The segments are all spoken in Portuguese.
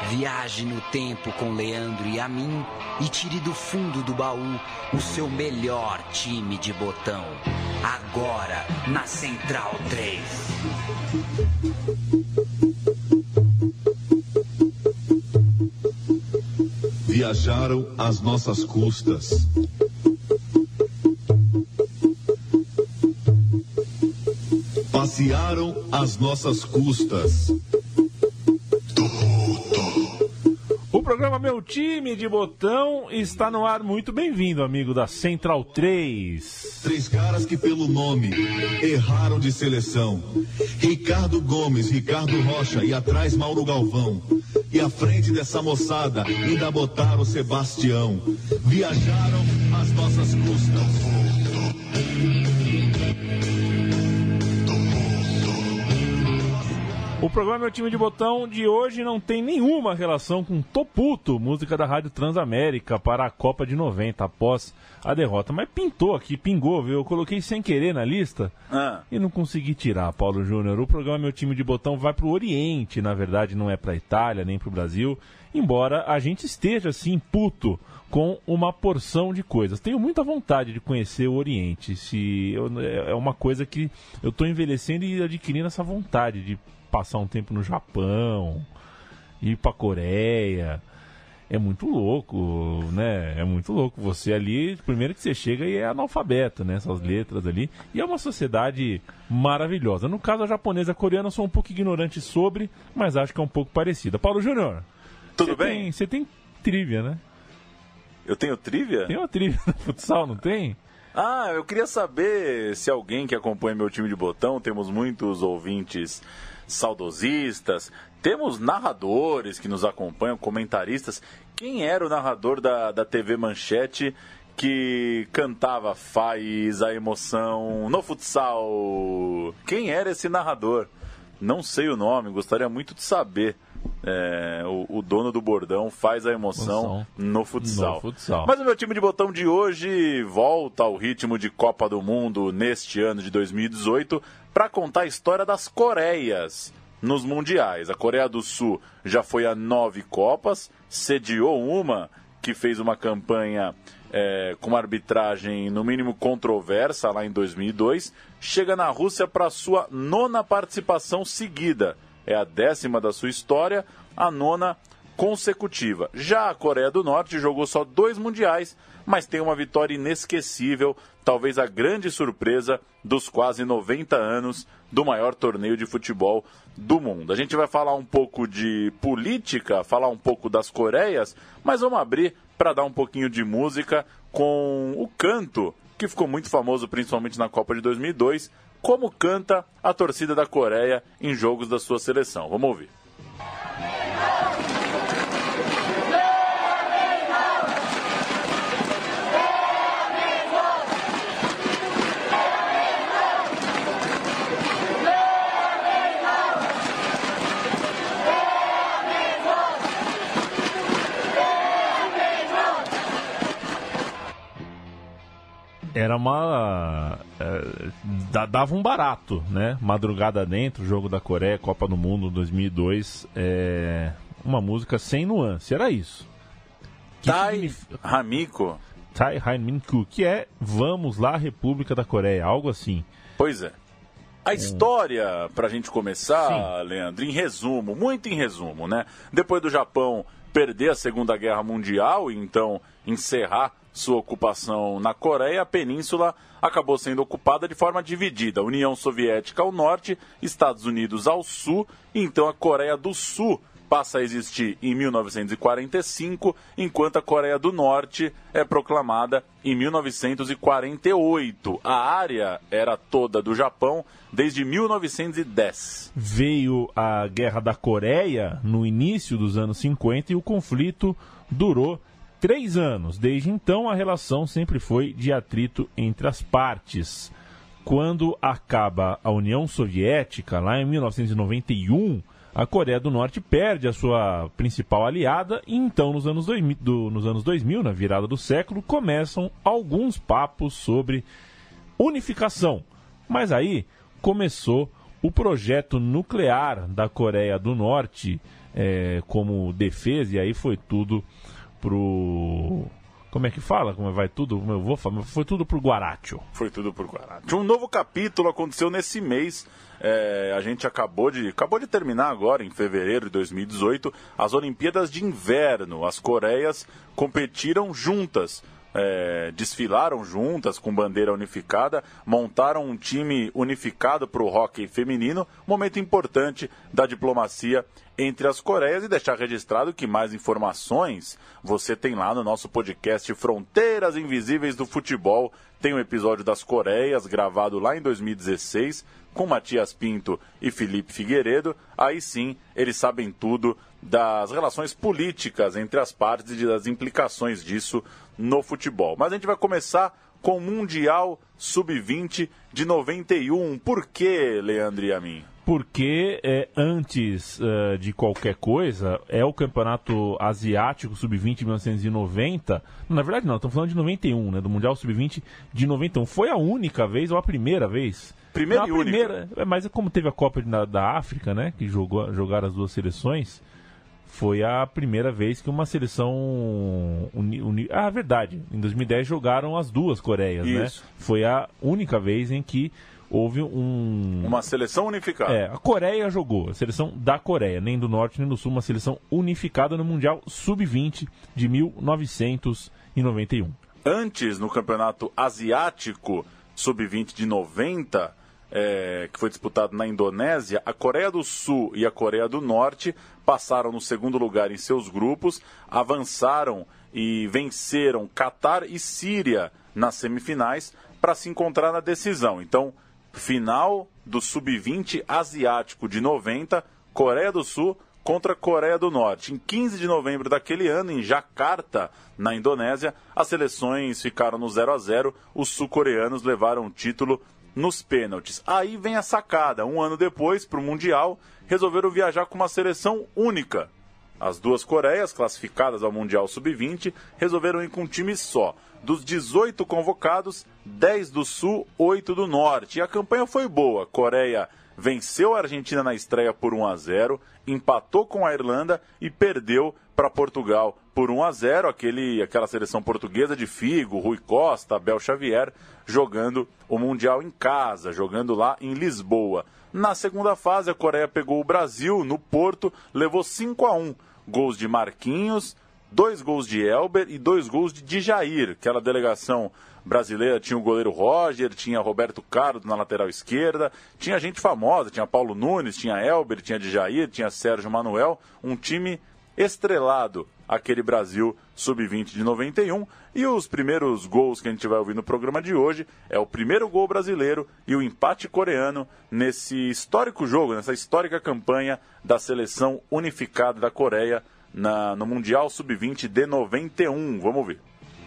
Viaje no tempo com Leandro e a mim e tire do fundo do baú o seu melhor time de botão. Agora, na Central 3. Viajaram às nossas custas. Passearam às nossas custas. O programa Meu Time de Botão está no ar. Muito bem-vindo, amigo da Central 3. Três caras que pelo nome erraram de seleção. Ricardo Gomes, Ricardo Rocha e atrás Mauro Galvão. E à frente dessa moçada ainda botaram Sebastião. Viajaram às nossas custas. O programa Meu Time de Botão de hoje não tem nenhuma relação com Tô Puto, música da Rádio Transamérica para a Copa de 90, após a derrota. Mas pintou aqui, pingou, viu? Eu coloquei sem querer na lista e não consegui tirar, Paulo Júnior. O programa Meu Time de Botão vai para o Oriente, na verdade não é para a Itália, nem para o Brasil, embora a gente esteja, assim, puto com uma porção de coisas. Tenho muita vontade de conhecer o Oriente. É uma coisa que eu estou envelhecendo e adquirindo essa vontade de passar um tempo no Japão, ir pra Coreia. É muito louco, né? É muito louco. Você ali, primeiro que você chega e é analfabeto, né? Essas letras ali. E é uma sociedade maravilhosa. No caso, a japonesa e a coreana, eu sou um pouco ignorante sobre, mas acho que é um pouco parecida. Paulo Júnior, tudo bem? Você tem trivia, né? Eu tenho trivia? Tem uma trivia no futsal, não tem? Ah, eu queria saber se alguém que acompanha Meu Time de Botão, temos muitos ouvintes saudosistas, temos narradores que nos acompanham, comentaristas. Quem era o narrador da TV Manchete que cantava Faz a Emoção no futsal? Quem era esse narrador? Não sei o nome, gostaria muito de saber. O dono do bordão Faz a Emoção no futsal. Mas o Meu Time de Botão de hoje volta ao ritmo de Copa do Mundo neste ano de 2018 para contar a história das Coreias nos mundiais. A Coreia do Sul já foi a 9 Copas, sediou uma que fez uma campanha com uma arbitragem no mínimo controversa lá em 2002, chega na Rússia para sua 9ª participação seguida. É a 10ª da sua história, a 9ª consecutiva. Já a Coreia do Norte jogou só 2 mundiais, mas tem uma vitória inesquecível, talvez a grande surpresa dos quase 90 anos do maior torneio de futebol do mundo. A gente vai falar um pouco de política, falar um pouco das Coreias, mas vamos abrir para dar um pouquinho de música com o canto, que ficou muito famoso principalmente na Copa de 2002, como canta a torcida da Coreia em jogos da sua seleção. Vamos ouvir. Era dava um barato, né? Madrugada dentro, jogo da Coreia, Copa do Mundo 2002, uma música sem nuance, era isso. Tai Hamiko. Tai Hamiko, que é Vamos lá, República da Coreia, algo assim. Pois é. A história, pra gente começar, Sim. Leandro, em resumo, muito em resumo, né? Depois do Japão perder a Segunda Guerra Mundial e então encerrar sua ocupação na Coreia, a península acabou sendo ocupada de forma dividida. União Soviética ao norte, Estados Unidos ao sul, e então a Coreia do Sul passa a existir em 1945, enquanto a Coreia do Norte é proclamada em 1948. A área era toda do Japão desde 1910. Veio a Guerra da Coreia no início dos anos 50 e o conflito durou 3 anos. Desde então, a relação sempre foi de atrito entre as partes. Quando acaba a União Soviética, lá em 1991, a Coreia do Norte perde a sua principal aliada e então, nos anos 2000, na virada do século, começam alguns papos sobre unificação. Mas aí começou o projeto nuclear da Coreia do Norte como defesa, e aí foi tudo pro... Como é que fala? Como vai tudo? Eu vou falar, foi tudo pro Guaracho. Foi tudo pro Guaracho. Um novo capítulo aconteceu nesse mês. A gente acabou de terminar agora, em fevereiro de 2018, as Olimpíadas de Inverno. As Coreias competiram juntas. Desfilaram juntas com bandeira unificada, montaram um time unificado para o hóquei feminino, momento importante da diplomacia entre as Coreias, e deixar registrado que mais informações você tem lá no nosso podcast Fronteiras Invisíveis do Futebol. Tem um episódio das Coreias gravado lá em 2016 com Matias Pinto e Felipe Figueiredo. Aí sim, eles sabem tudo das relações políticas entre as partes e das implicações disso no futebol. Mas a gente vai começar com o Mundial Sub-20 de 91. Por que, Leandro e a mim? Porque antes de qualquer coisa, é o Campeonato Asiático Sub-20 de 1990. Na verdade não, estamos falando de 91, né? Do Mundial Sub-20 de 91. Foi a única vez, ou a primeira vez? Primeira e única. Mas como teve a Copa da África, né? Que jogaram as duas seleções, foi a primeira vez que uma seleção... verdade. Em 2010 jogaram as duas Coreias, isso, né? Foi a única vez em que houve uma seleção unificada. A Coreia jogou, a seleção da Coreia, nem do Norte nem do Sul, uma seleção unificada no Mundial Sub-20 de 1991. Antes, no Campeonato Asiático Sub-20 de 90, que foi disputado na Indonésia, a Coreia do Sul e a Coreia do Norte passaram no segundo lugar em seus grupos, avançaram e venceram Catar e Síria nas semifinais para se encontrar na decisão. Então, final do Sub-20 Asiático de 90, Coreia do Sul contra a Coreia do Norte. Em 15 de novembro daquele ano, em Jakarta, na Indonésia, as seleções ficaram no 0-0, os sul-coreanos levaram o título nos pênaltis. Aí vem a sacada. Um ano depois, para o Mundial, resolveram viajar com uma seleção única. As duas Coreias, classificadas ao Mundial Sub-20, resolveram ir com um time só. Dos 18 convocados, 10 do Sul, 8 do Norte. E a campanha foi boa. A Coreia venceu a Argentina na estreia por 1-0, empatou com a Irlanda e perdeu para Portugal por 1-0. Aquela seleção portuguesa de Figo, Rui Costa, Abel Xavier, jogando o Mundial em casa, jogando lá em Lisboa. Na segunda fase, a Coreia pegou o Brasil no Porto, levou 5-1. Gols de Marquinhos, 2 gols de Elber e 2 gols de Jair. Aquela delegação brasileira tinha o goleiro Roger, tinha Roberto Carlos na lateral esquerda, tinha gente famosa, tinha Paulo Nunes, tinha Elber, tinha Djair, tinha Sérgio Manuel, um time estrelado, aquele Brasil Sub-20 de 91. E os primeiros gols que a gente vai ouvir no programa de hoje é o primeiro gol brasileiro e o empate coreano nesse histórico jogo, nessa histórica campanha da seleção unificada da Coreia no Mundial Sub-20 de 91. Vamos ouvir.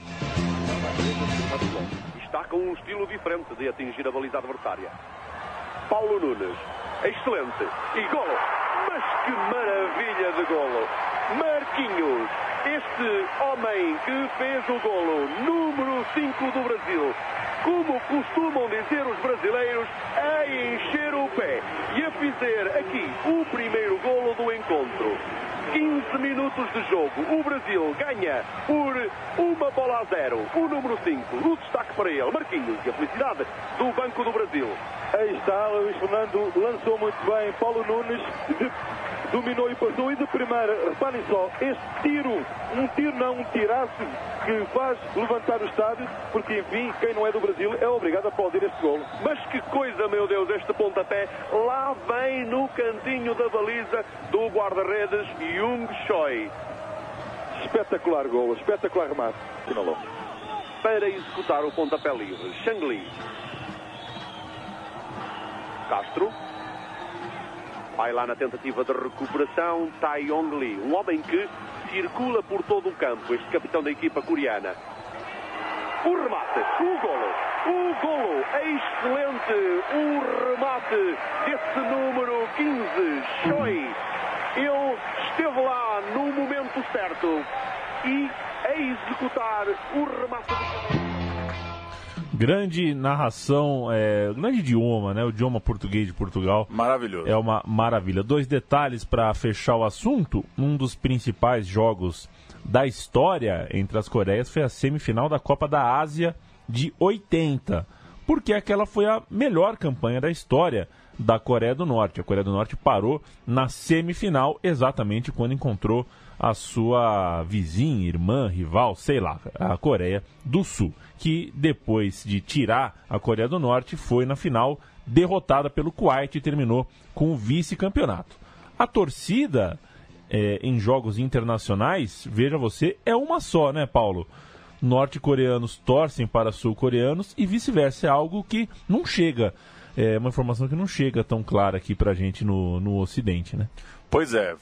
Está com um estilo diferente de atingir a baliza adversária. Paulo Nunes, excelente, e golo! Mas que maravilha de golo! Marquinhos, este homem que fez o golo, número 5 do Brasil, como costumam dizer os brasileiros, a encher o pé e a fazer aqui o primeiro golo do encontro. 15 minutos de jogo, o Brasil ganha por 1-0. O número 5, o destaque para ele, Marquinhos, e a felicidade do Banco do Brasil. Aí está, Luís Fernando lançou muito bem, Paulo Nunes dominou e passou, e de primeira, reparem só, este tiro, um tiraço que faz levantar o estádio, porque enfim, quem não é do Brasil é obrigado a aplaudir este golo. Mas que coisa, meu Deus, este pontapé, lá vem no cantinho da baliza do guarda-redes Jung Choi. Espetacular golo, espetacular remate. Finalou. Para executar o pontapé livre, Shang Li. Castro. Vai lá na tentativa de recuperação, Taeyong Lee, um homem que circula por todo o campo, este capitão da equipa coreana. O remate, o golo, excelente, o remate desse número 15, Choi. Ele esteve lá no momento certo e a executar o remate. Grande narração, grande idioma, né? O idioma português de Portugal. Maravilhoso. É uma maravilha. 2 detalhes para fechar o assunto. Um dos principais jogos da história entre as Coreias foi a semifinal da Copa da Ásia de 80. Porque aquela foi a melhor campanha da história da Coreia do Norte. A Coreia do Norte parou na semifinal exatamente quando encontrou a sua vizinha, irmã, rival, sei lá, a Coreia do Sul, que depois de tirar a Coreia do Norte foi na final derrotada pelo Kuwait e terminou com o vice-campeonato. A torcida em jogos internacionais, veja você, é uma só, né, Paulo? Norte-coreanos torcem para sul-coreanos e vice-versa. É algo que não chega, é uma informação que não chega tão clara aqui pra gente no Ocidente, né? Pois é,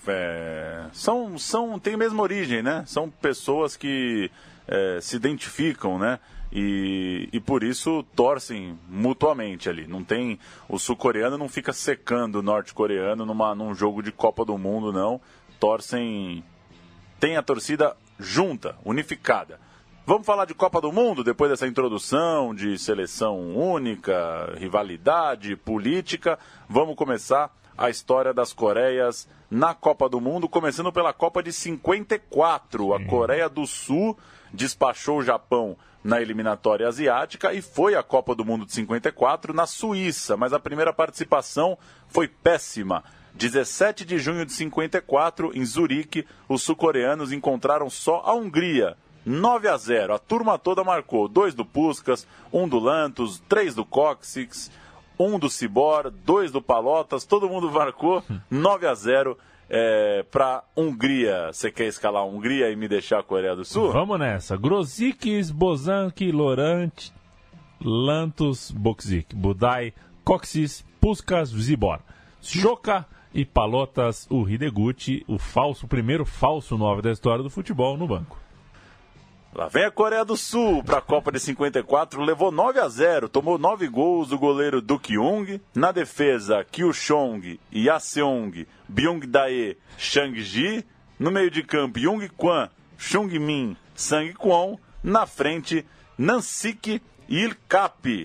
tem a mesma origem, né? São pessoas que se identificam, né? E por isso torcem mutuamente ali. Não tem, o sul-coreano não fica secando o norte-coreano num jogo de Copa do Mundo, não. Torcem, tem a torcida junta, unificada. Vamos falar de Copa do Mundo depois dessa introdução de seleção única, rivalidade, política. Vamos começar a história das Coreias na Copa do Mundo, começando pela Copa de 54. A Coreia do Sul despachou o Japão na eliminatória asiática e foi à Copa do Mundo de 54 na Suíça, mas a primeira participação foi péssima. 17 de junho de 54, em Zurique, os sul-coreanos encontraram só a Hungria. 9-0, a turma toda marcou, 2 do Puskás, 1 do Lantos, 3 do Cóccix, 1 do Cibor, 2 do Palotas, todo mundo marcou, 9-0 para Hungria. Você quer escalar a Hungria e me deixar a Coreia do Sul? Vamos nessa. Grozicks, Bozanki, Lorant, Lantos, Bokzik, Budai, Cóccix, Puskás, Cibor, Shoka e Palotas, o Hideguchi, o primeiro falso 9 da história do futebol no banco. Lá vem a Coreia do Sul para a Copa de 54, levou 9-0, tomou 9 gols do goleiro Do Kyung, na defesa Kyu Chong, Yaseong, Byung-dae, Chang-ji, no meio de campo Young Kwan, Chung-min, Sang-kwon, na frente Nansik e Il-kap.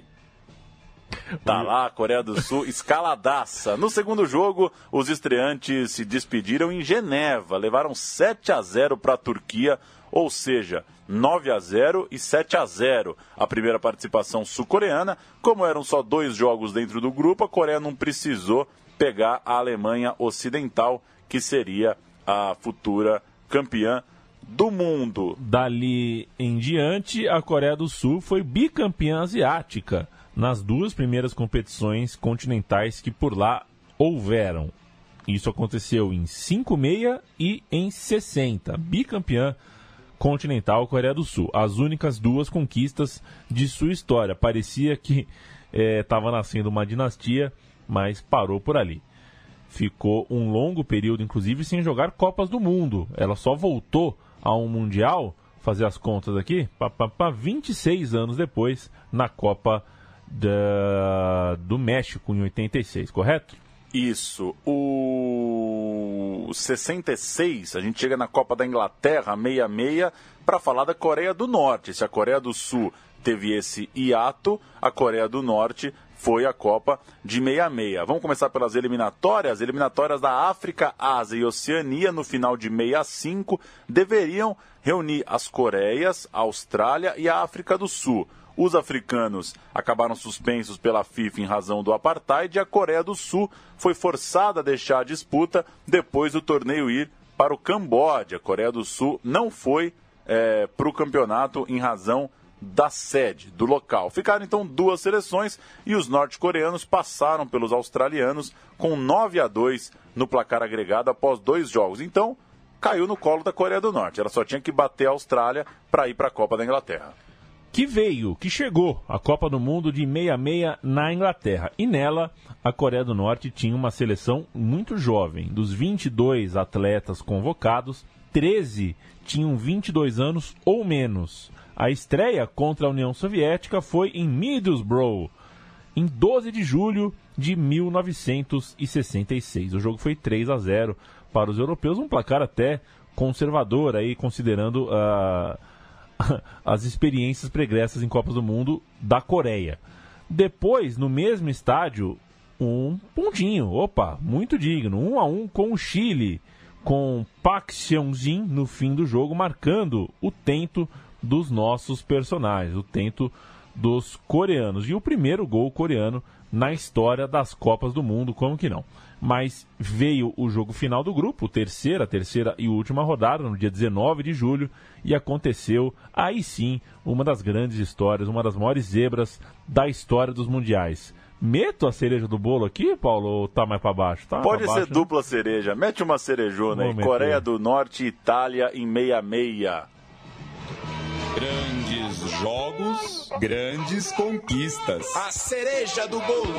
Tá lá a Coreia do Sul, escaladaça. No segundo jogo, os estreantes se despediram em Geneva, levaram 7-0 para a Turquia, ou seja, 9-0 e 7-0. A primeira participação sul-coreana, como eram só 2 jogos dentro do grupo, a Coreia não precisou pegar a Alemanha Ocidental, que seria a futura campeã do mundo. Dali em diante, a Coreia do Sul foi bicampeã asiática nas 2 primeiras competições continentais que por lá houveram. Isso aconteceu em 56 e em 60. Bicampeã continental Coreia do Sul. As únicas 2 conquistas de sua história. Parecia que estava nascendo uma dinastia, mas parou por ali. Ficou um longo período, inclusive, sem jogar Copas do Mundo. Ela só voltou a um Mundial, fazer as contas aqui, 26 anos depois, na Copa do México, em 86, correto? Isso. O 66, a gente chega na Copa da Inglaterra, 66, para falar da Coreia do Norte. Se a Coreia do Sul teve esse hiato, a Coreia do Norte foi a Copa de 66. Vamos começar pelas eliminatórias. Eliminatórias da África, Ásia e Oceania, no final de 65, deveriam reunir as Coreias, a Austrália e a África do Sul. Os africanos acabaram suspensos pela FIFA em razão do apartheid e a Coreia do Sul foi forçada a deixar a disputa depois do torneio ir para o Camboja. A Coreia do Sul não foi para o campeonato em razão da sede, do local. Ficaram então 2 seleções e os norte-coreanos passaram pelos australianos com 9-2 no placar agregado após 2 jogos. Então, caiu no colo da Coreia do Norte. Ela só tinha que bater a Austrália para ir para a Copa da Inglaterra. Que chegou a Copa do Mundo de 66 na Inglaterra. E nela, a Coreia do Norte tinha uma seleção muito jovem. Dos 22 atletas convocados, 13 tinham 22 anos ou menos. A estreia contra a União Soviética foi em Middlesbrough, em 12 de julho de 1966. O jogo foi 3-0 para os europeus, um placar até conservador, aí, considerando as experiências pregressas em Copas do Mundo da Coreia. Depois, no mesmo estádio, um pontinho, muito digno, 1-1 com o Chile, com Park Seong-jin no fim do jogo, marcando o tento dos nossos personagens, o tento dos coreanos. E o primeiro gol coreano na história das Copas do Mundo, como que não? Mas veio o jogo final do grupo, terceira e última rodada, no dia 19 de julho, e aconteceu, aí sim, uma das grandes histórias, uma das maiores zebras da história dos mundiais. Meto a cereja do bolo aqui, Paulo, ou tá mais pra baixo? Tá Pode pra ser baixo, dupla cereja, mete uma cerejona aí. Coreia do Norte e Itália em 6-6. Grandes jogos, grandes conquistas. A cereja do bolo.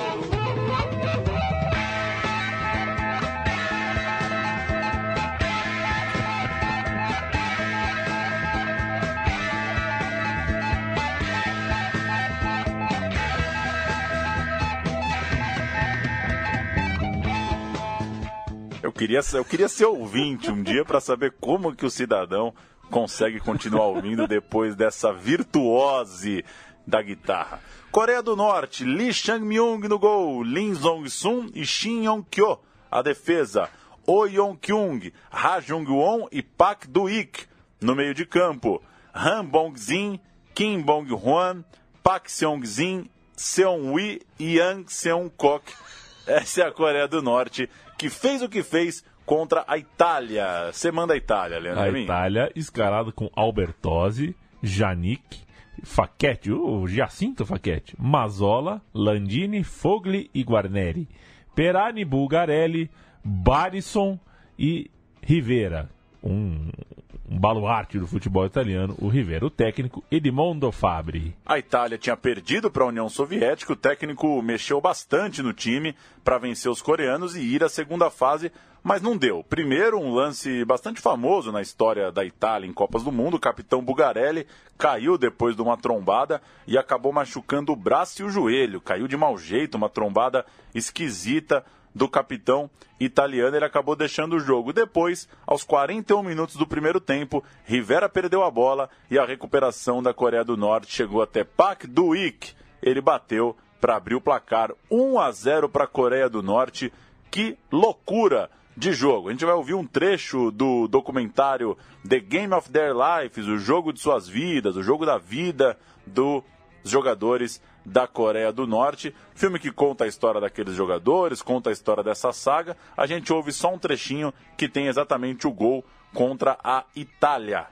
Eu queria ser ouvinte um dia para saber como que o cidadão consegue continuar ouvindo depois dessa virtuose da guitarra. Coreia do Norte, Lee Chang-myung no gol, Lim Jong-sun e Shin Yong-kyo. A defesa, Oh Yong-kyung, Ha Jung-won e Park Do-ik. No meio de campo, Han Bong-jin, Kim Bong-hwan, Park Seong-jin, Seon-wi e Yang Seon-kok. Essa é a Coreia do Norte, que fez o que fez contra a Itália. Você manda a Itália, Leandro. A Itália, escalado com Albertozzi, Janik, Facchetti, o Giacinto Facchetti, Mazzola, Landini, Fogli e Guarneri, Perani, Bulgarelli, Barisson e Rivera. Um baluarte do futebol italiano, o Rivera. O técnico, Edmondo Fabri. A Itália tinha perdido para a União Soviética, o técnico mexeu bastante no time para vencer os coreanos e ir à segunda fase, mas não deu. Primeiro, um lance bastante famoso na história da Itália em Copas do Mundo, o capitão Bulgarelli caiu depois de uma trombada e acabou machucando o braço e o joelho. Caiu de mau jeito, uma trombada esquisita do capitão italiano, ele acabou deixando o jogo. Depois, aos 41 minutos do primeiro tempo, Rivera perdeu a bola e a recuperação da Coreia do Norte chegou até Park Do-ik. Ele bateu para abrir o placar, 1-0 para a Coreia do Norte. Que loucura de jogo. A gente vai ouvir um trecho do documentário The Game of Their Lives, o jogo de suas vidas, o jogo da vida dos jogadores da Coreia do Norte, filme que conta a história daqueles jogadores, conta a história dessa saga. A gente ouve só um trechinho que tem exatamente o gol contra a Itália.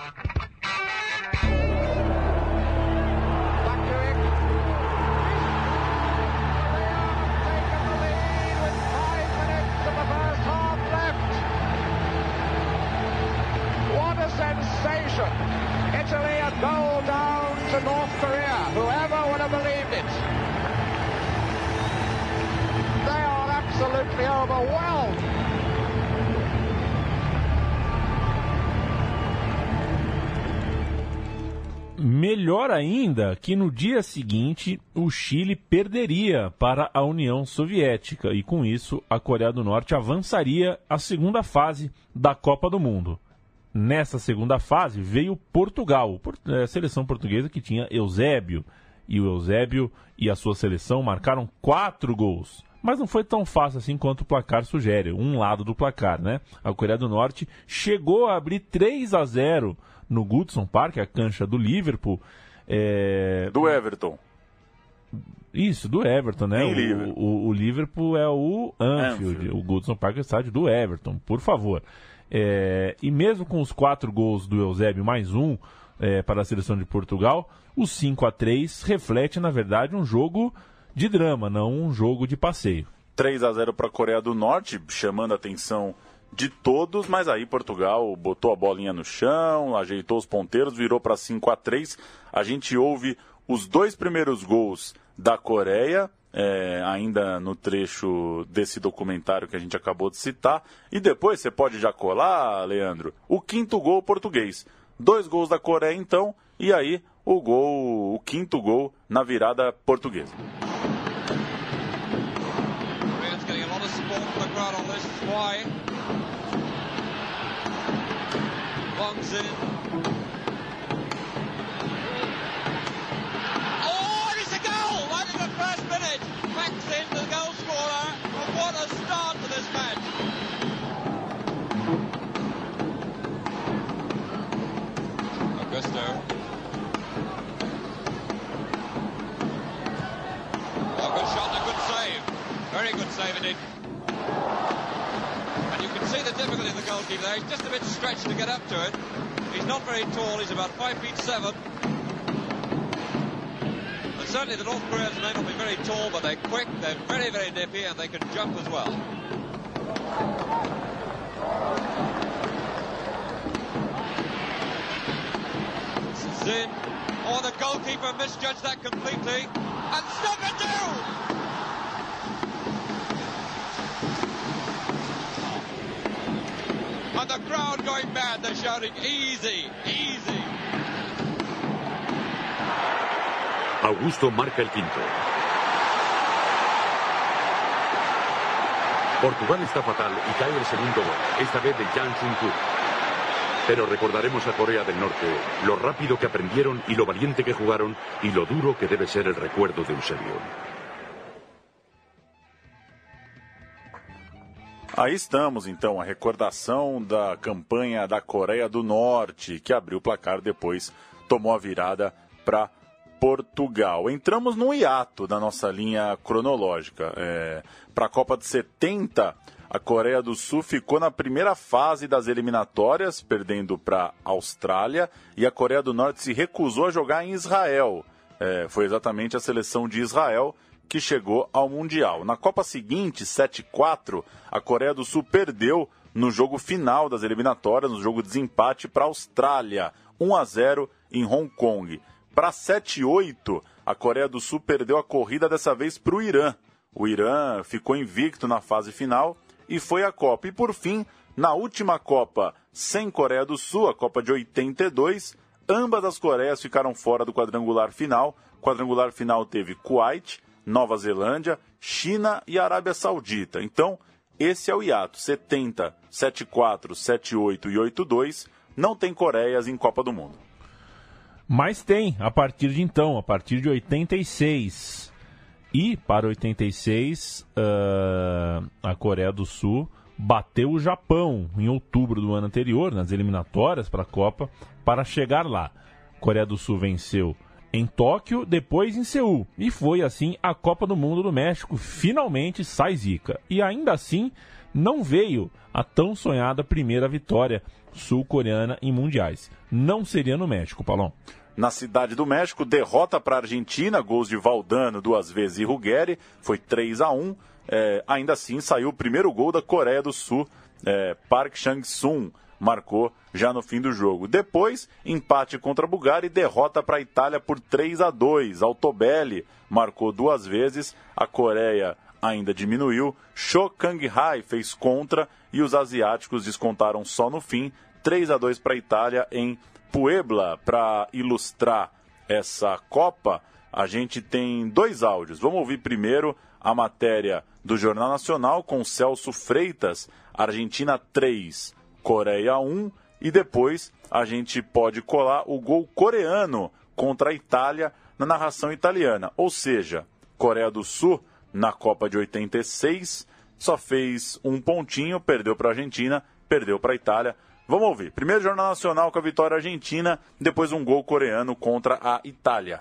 What a sensation! Italy a goal down to North Korea. Whoever would have believed it? They are absolutely overwhelmed. Melhor ainda que no dia seguinte o Chile perderia para a União Soviética e com isso a Coreia do Norte avançaria à segunda fase da Copa do Mundo. Nessa segunda fase veio Portugal, a seleção portuguesa que tinha Eusébio. E o Eusébio e a sua seleção marcaram 4 gols. Mas não foi tão fácil assim quanto o placar sugere, um lado do placar, né? A Coreia do Norte chegou a abrir 3-0 no Goodson Park, a cancha do Liverpool. Do Everton. Isso, do Everton, né? O Liverpool é o Anfield. O Goodson Park é o estádio do Everton, por favor. E mesmo com os 4 gols do Eusébio, mais um para a seleção de Portugal, o 5-3 reflete, na verdade, um jogo de drama, não um jogo de passeio. 3-0 para a Coreia do Norte, chamando a atenção de todos, mas aí Portugal botou a bolinha no chão, ajeitou os ponteiros, virou para 5-3. A gente ouve os 2 primeiros gols da Coreia, ainda no trecho desse documentário que a gente acabou de citar. E depois, você pode já colar, Leandro, o 5º gol português. 2 gols da Coreia, então, e aí o 5º gol na virada portuguesa. started. And you can see the difficulty of the goalkeeper there. He's just a bit stretched to get up to it. He's not very tall. He's about 5'7". And certainly the North Koreans may not be very tall, but they're quick, they're very, very nippy, and they can jump as well. In. Oh, the goalkeeper misjudged that completely. And Sakadu! And the crowd going mad. They're shouting, easy, easy. Augusto marca el quinto. Portugal está fatal y cae el segundo gol, esta vez de Jang Sung-koo. Pero recordaremos a Corea del Norte, lo rápido que aprendieron y lo valiente que jugaron y lo duro que debe ser el recuerdo de Eusébio. Aí estamos, então, a recordação da campanha da Coreia do Norte, que abriu o placar, depois tomou a virada para Portugal. Entramos no hiato da nossa linha cronológica. Para a Copa de 70... a Coreia do Sul ficou na primeira fase das eliminatórias, perdendo para a Austrália, e a Coreia do Norte se recusou a jogar em Israel. Foi exatamente a seleção de Israel que chegou ao Mundial. Na Copa seguinte, 7-4, a Coreia do Sul perdeu no jogo final das eliminatórias, no jogo de desempate para a Austrália, 1-0 em Hong Kong. Para 7-8, a Coreia do Sul perdeu a corrida dessa vez para o Irã. O Irã ficou invicto na fase final e foi à Copa. E por fim, na última Copa sem Coreia do Sul, a Copa de 82, ambas as Coreias ficaram fora do quadrangular final. O quadrangular final teve Kuwait, Nova Zelândia, China e Arábia Saudita. Então, esse é o hiato. 70, 7-4, 7-8 e 8-2, não tem Coreias em Copa do Mundo. Mas tem, a partir de então, a partir de 86... E, para 86, a Coreia do Sul bateu o Japão em outubro do ano anterior, nas eliminatórias para a Copa, para chegar lá. A Coreia do Sul venceu em Tóquio, depois em Seul. E foi, assim, a Copa do Mundo do México finalmente sai zica. E ainda assim, não veio a tão sonhada primeira vitória sul-coreana em mundiais. Não seria no México, Paulão. Na Cidade do México, derrota para a Argentina, gols de Valdano 2 vezes e Ruggeri, foi 3-1. Ainda assim, saiu o primeiro gol da Coreia do Sul. Park Sang-sung marcou já no fim do jogo. Depois, empate contra a Bulgária e derrota para a Itália por 3-2. Altobelli marcou 2 vezes, a Coreia ainda diminuiu. Cho Kang-hae fez contra e os asiáticos descontaram só no fim. 3-2 para a Itália em Puebla. Para ilustrar essa Copa, a gente tem 2 áudios. Vamos ouvir primeiro a matéria do Jornal Nacional com Celso Freitas, Argentina 3, Coreia 1, e depois a gente pode colar o gol coreano contra a Itália na narração italiana. Ou seja, Coreia do Sul, na Copa de 86, só fez um pontinho, perdeu para a Argentina, perdeu para a Itália. Vamos ouvir. Primeiro Jornal Nacional com a vitória argentina, depois um gol coreano contra a Itália.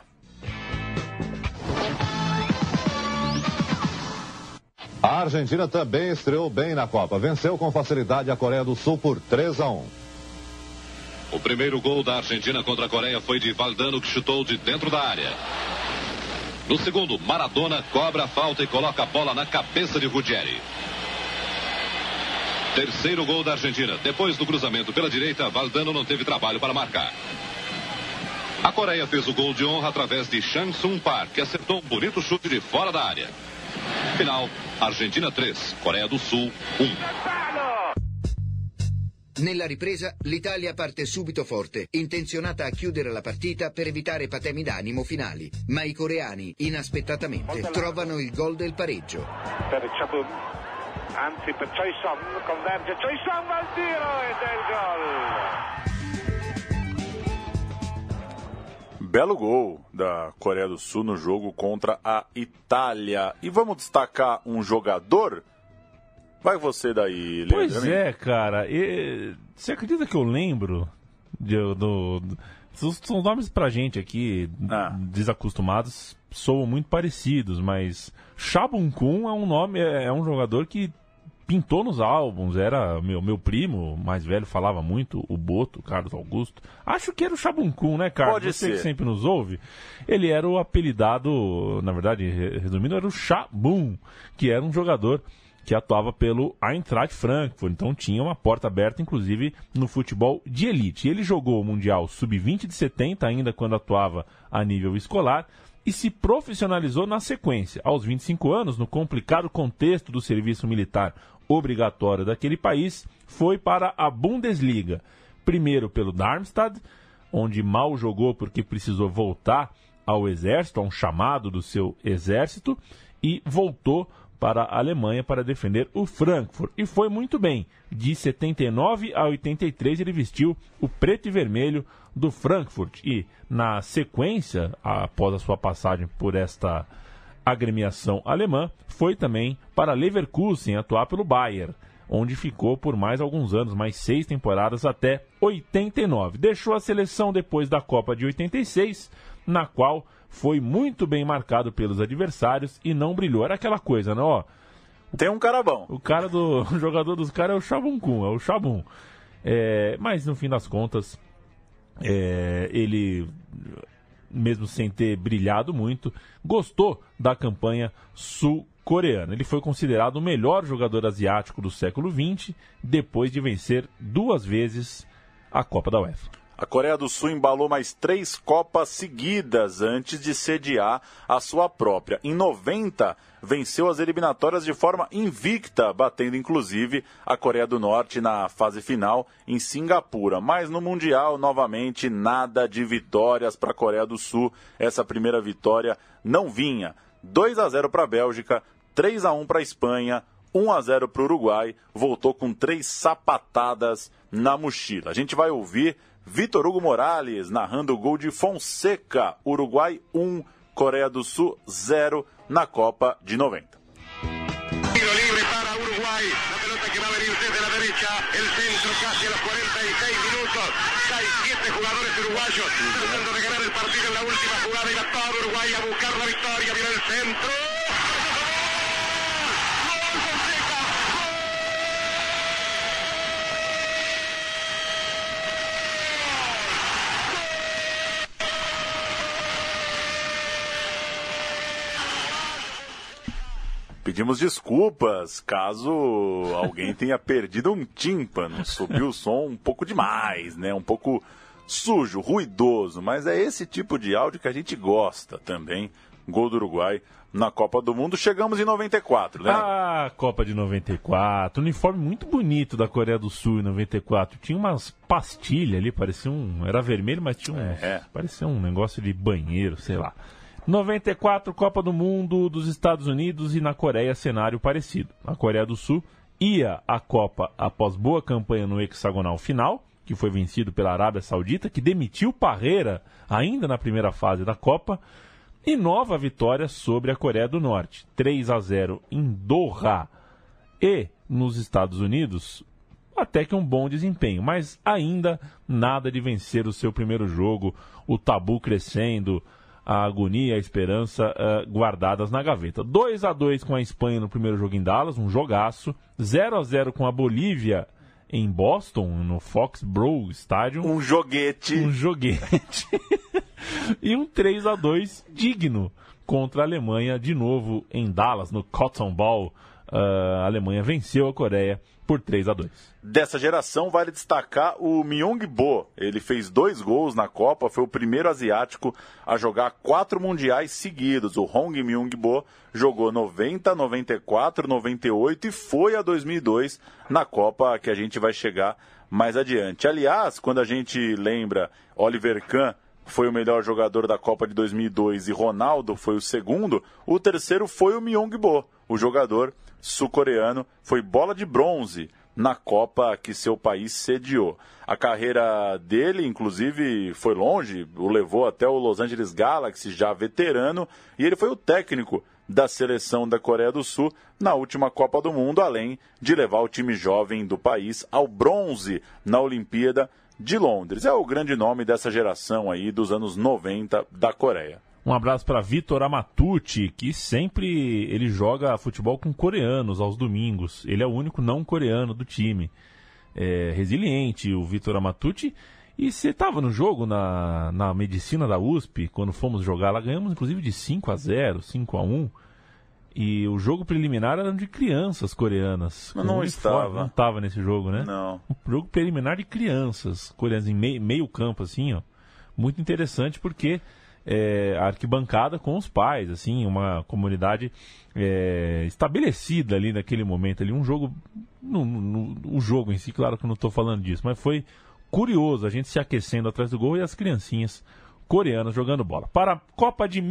A Argentina também estreou bem na Copa. Venceu com facilidade a Coreia do Sul por 3-1. O primeiro gol da Argentina contra a Coreia foi de Valdano, que chutou de dentro da área. No segundo, Maradona cobra a falta e coloca a bola na cabeça de Ruggeri. Terceiro gol da Argentina. Depois do cruzamento pela direita, Valdano não teve trabalho para marcar. A Coreia fez o gol de honra através de Sang-sung Park, que acertou um bonito chute de fora da área. Final, Argentina 3, Coreia do Sul 1. Nella ripresa l'Italia parte subito forte, intenzionata a chiudere la partita per evitare patemi d'animo finali, ma i coreani inaspettatamente trovano il gol del pareggio. Per Chabun, anzi per Choi Song, converge Choi Song al tiro e del gol. Belo gol da Coreia do Sul no jogo contra a Itália. E vamos destacar um jogador? Vai você daí, Leandro. Pois é, cara. Você acredita que eu lembro? São nomes pra gente aqui, desacostumados. soam muito parecidos, mas Cha Bum-Kun é um jogador que pintou nos álbuns, era meu primo mais velho falava muito, o Boto, Carlos Augusto. Acho que era o Cha Bum-Kun, né, Carlos? Pode Você ser. que sempre nos ouve. Ele era o apelidado, na verdade, resumindo, era o Cha Bum, que era um jogador que atuava pelo Eintracht Frankfurt, então tinha uma porta aberta, inclusive, no futebol de elite. Ele jogou o Mundial Sub-20 de 70, ainda quando atuava a nível escolar, e se profissionalizou na sequência. Aos 25 anos, no complicado contexto do serviço militar obrigatório daquele país, foi para a Bundesliga. Primeiro pelo Darmstadt, onde mal jogou porque precisou voltar ao exército, a um chamado do seu exército, e voltou para a Alemanha para defender o Frankfurt. E foi muito bem. De 79 a 83 ele vestiu o preto e vermelho do Frankfurt. E na sequência, após a sua passagem por esta agremiação alemã, foi também para Leverkusen atuar pelo Bayern, onde ficou por mais alguns anos, mais 6 temporadas até 89. Deixou a seleção depois da Copa de 86, na qual foi muito bem marcado pelos adversários e não brilhou. Era aquela coisa, né? Ó, tem um cara bom. O jogador dos caras é o Cha Bum-Kun, é o Cha Bum. Mas no fim das contas, ele, mesmo sem ter brilhado muito, gostou da campanha sul-coreana. Ele foi considerado o melhor jogador asiático do século XX, depois de vencer 2 vezes a Copa da UEFA. A Coreia do Sul embalou mais 3 Copas seguidas antes de sediar a sua própria. Em 90, venceu as eliminatórias de forma invicta, batendo inclusive a Coreia do Norte na fase final em Singapura. Mas no Mundial, novamente, nada de vitórias para a Coreia do Sul. Essa primeira vitória não vinha. 2-0 para a Bélgica, 3-1 para a Espanha, 1-0 para o Uruguai. Voltou com 3 sapatadas na mochila. A gente vai ouvir Vitor Hugo Morales narrando o gol de Fonseca. Uruguai 1, Coreia do Sul 0 na Copa de 90. Tiro libre para Uruguay. La pelota que va a venir desde la derecha. El centro casi a los 46 minutos. Hay 7 jugadores uruguayos tratando de ganar el partido en la última jugada. Y va todo Uruguay a buscar la victoria. Viene el centro. Pedimos desculpas caso alguém tenha perdido um tímpano. Subiu o som um pouco demais, né? Um pouco sujo, ruidoso. Mas é esse tipo de áudio que a gente gosta também. Gol do Uruguai na Copa do Mundo. Chegamos em 94, né? Ah, Copa de 94. Uniforme muito bonito da Coreia do Sul em 94. Tinha umas pastilhas ali, parecia era vermelho, mas tinha parecia um negócio de banheiro, sei lá. 94, Copa do Mundo dos Estados Unidos, e na Coreia cenário parecido. A Coreia do Sul ia à Copa após boa campanha no hexagonal final, que foi vencido pela Arábia Saudita, que demitiu Parreira ainda na primeira fase da Copa, e nova vitória sobre a Coreia do Norte, 3-0 em Doha. E nos Estados Unidos, até que um bom desempenho, mas ainda nada de vencer o seu primeiro jogo, o tabu crescendo, a agonia e a esperança guardadas na gaveta. 2-2 com a Espanha no primeiro jogo em Dallas, um jogaço. 0-0 com a Bolívia em Boston, no Foxborough Stadium. Um joguete. E um 3-2 digno contra a Alemanha, de novo em Dallas, no Cotton Bowl. A Alemanha venceu a Coreia por 3-2. Dessa geração vale destacar o Myung-Bo. Ele fez 2 gols na Copa, foi o primeiro asiático a jogar 4 mundiais seguidos. O Hong Myung-Bo jogou 90, 94, 98 e foi a 2002 na Copa, que a gente vai chegar mais adiante. Aliás, quando a gente lembra Oliver Kahn foi o melhor jogador da Copa de 2002 e Ronaldo foi o segundo, o terceiro foi o Myung-Bo, o jogador sul-coreano, foi bola de bronze na Copa que seu país sediou. A carreira dele, inclusive, foi longe, o levou até o Los Angeles Galaxy, já veterano, e ele foi o técnico da seleção da Coreia do Sul na última Copa do Mundo, além de levar o time jovem do país ao bronze na Olimpíada de Londres. É o grande nome dessa geração aí dos anos 90 da Coreia. Um abraço para Vitor Amatucci, que sempre ele joga futebol com coreanos aos domingos. Ele é o único não coreano do time. Resiliente, o Vitor Amatucci. E você estava no jogo na medicina da USP, quando fomos jogar lá, ganhamos inclusive de 5-0, 5-1. E o jogo preliminar era de crianças coreanas. Não estava. Não estava nesse jogo, né? Não. Um jogo preliminar de crianças coreanas, em meio campo, assim, ó. Muito interessante porque a arquibancada com os pais, assim, uma comunidade estabelecida ali naquele momento. Ali, um jogo... o jogo em si, claro que eu não estou falando disso, mas foi curioso a gente se aquecendo atrás do gol e as criancinhas coreanas jogando bola. Para a Copa de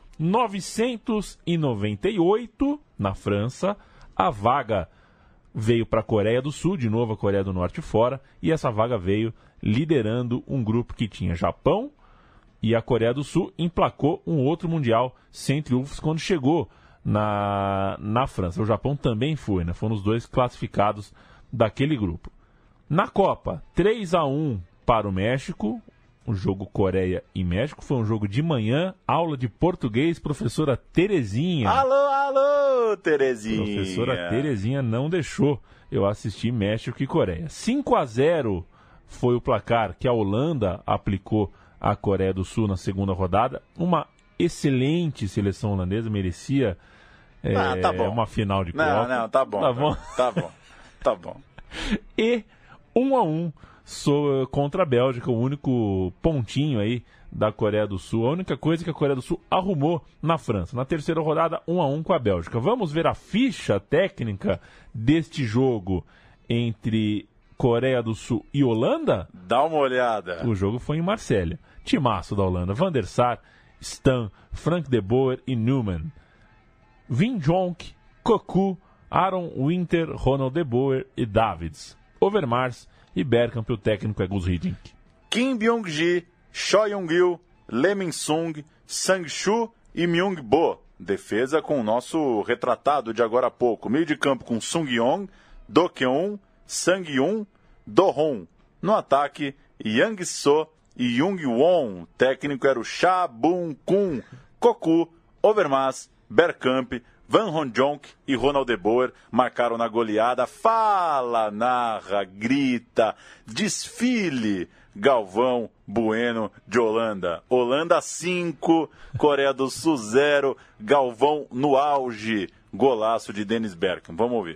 1998, na França, a vaga veio para a Coreia do Sul, de novo a Coreia do Norte fora, e essa vaga veio liderando um grupo que tinha Japão, e a Coreia do Sul emplacou um outro Mundial sem triunfos quando chegou na França. O Japão também foi, né? Foram os dois classificados daquele grupo. Na Copa, 3-1 para o México, o jogo Coreia e México, foi um jogo de manhã, aula de português, professora Terezinha. Alô, Terezinha. Professora Terezinha não deixou eu assistir México e Coreia. 5-0 foi o placar que a Holanda aplicou à Coreia do Sul na segunda rodada. Uma excelente seleção holandesa, merecia tá bom. Uma final de Copa. Não, tá bom. Tá bom. E 1-1 contra a Bélgica, o único pontinho aí da Coreia do Sul, a única coisa que a Coreia do Sul arrumou na França. Na terceira rodada, 1-1 com a Bélgica. Vamos ver a ficha técnica deste jogo entre Coreia do Sul e Holanda? Dá uma olhada. O jogo foi em Marsella. Timaço da Holanda: Van der Sar, Stan, Frank de Boer e Newman. Wim Jonk, Cocu, Aaron Winter, Ronald de Boer e Davids. Overmars e Bergkamp, o técnico é Gus Hiddink. Kim Byung-ji, Choi Young-il, Lee Min-sung, Sang-shu e Myung-bo. Defesa com o nosso retratado de agora há pouco. Meio de campo com Sung-yong, Do-keun, Sang-yun, Do-hon. No ataque, Yang-so e Jung-won. Técnico era o Cha Bun-kun. Cocu, Overmars, Bergkamp, Van Hon-jonk e Ronald de Boer marcaram na goleada. Fala, narra, grita, desfile. Galvão Bueno de Holanda. Holanda 5, Coreia do Sul 0. Galvão no auge. Golaço de Dennis Bergkamp. Vamos ouvir.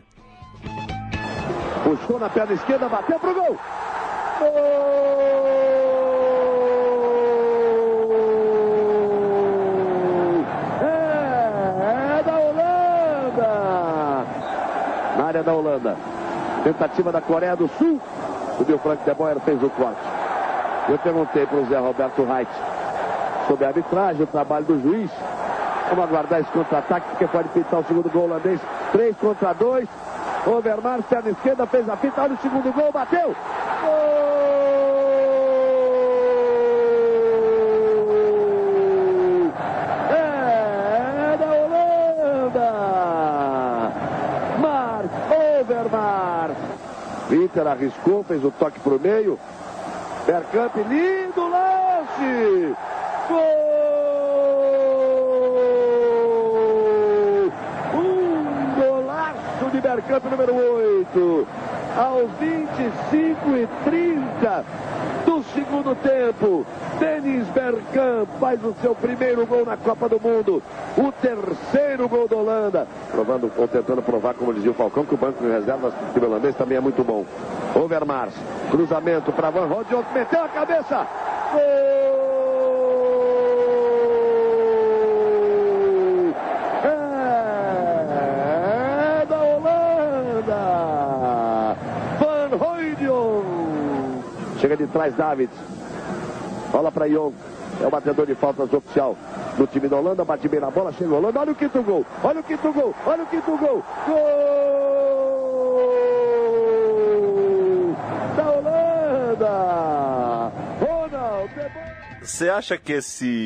Puxou na perna esquerda, bateu pro gol. Da Holanda, tentativa da Coreia do Sul. O Frank de Boer fez o corte. Eu perguntei para o Zé Roberto Reit sobre a arbitragem, o trabalho do juiz. Vamos aguardar esse contra-ataque, porque pode pintar o segundo gol holandês. 3-2. Overmars, perna esquerda, fez a fita. Olha o segundo gol, bateu. Gol! É da Holanda. Overmars. Winter arriscou, fez o toque para o meio. Bergkamp, lindo lance. Gol! Um golaço de Bergkamp, número 8. Aos 25:30 do segundo tempo, Dennis Bergkamp faz o seu primeiro gol na Copa do Mundo. O terceiro gol da Holanda. Provando, ou tentando provar, como dizia o Falcão, que o banco de reservas do holandês também é muito bom. Overmars, cruzamento para Van Hon-jonk, meteu a cabeça. Gol! É da Holanda. Van Hon-jonk. Chega de trás, Davids. Bola para Young. É o batedor de faltas oficial do time da Holanda. Bate bem na bola, chega a Holanda. Olha o quinto gol. Olha o quinto gol. Olha o quinto gol. Gol da Holanda. Ronald. Você acha que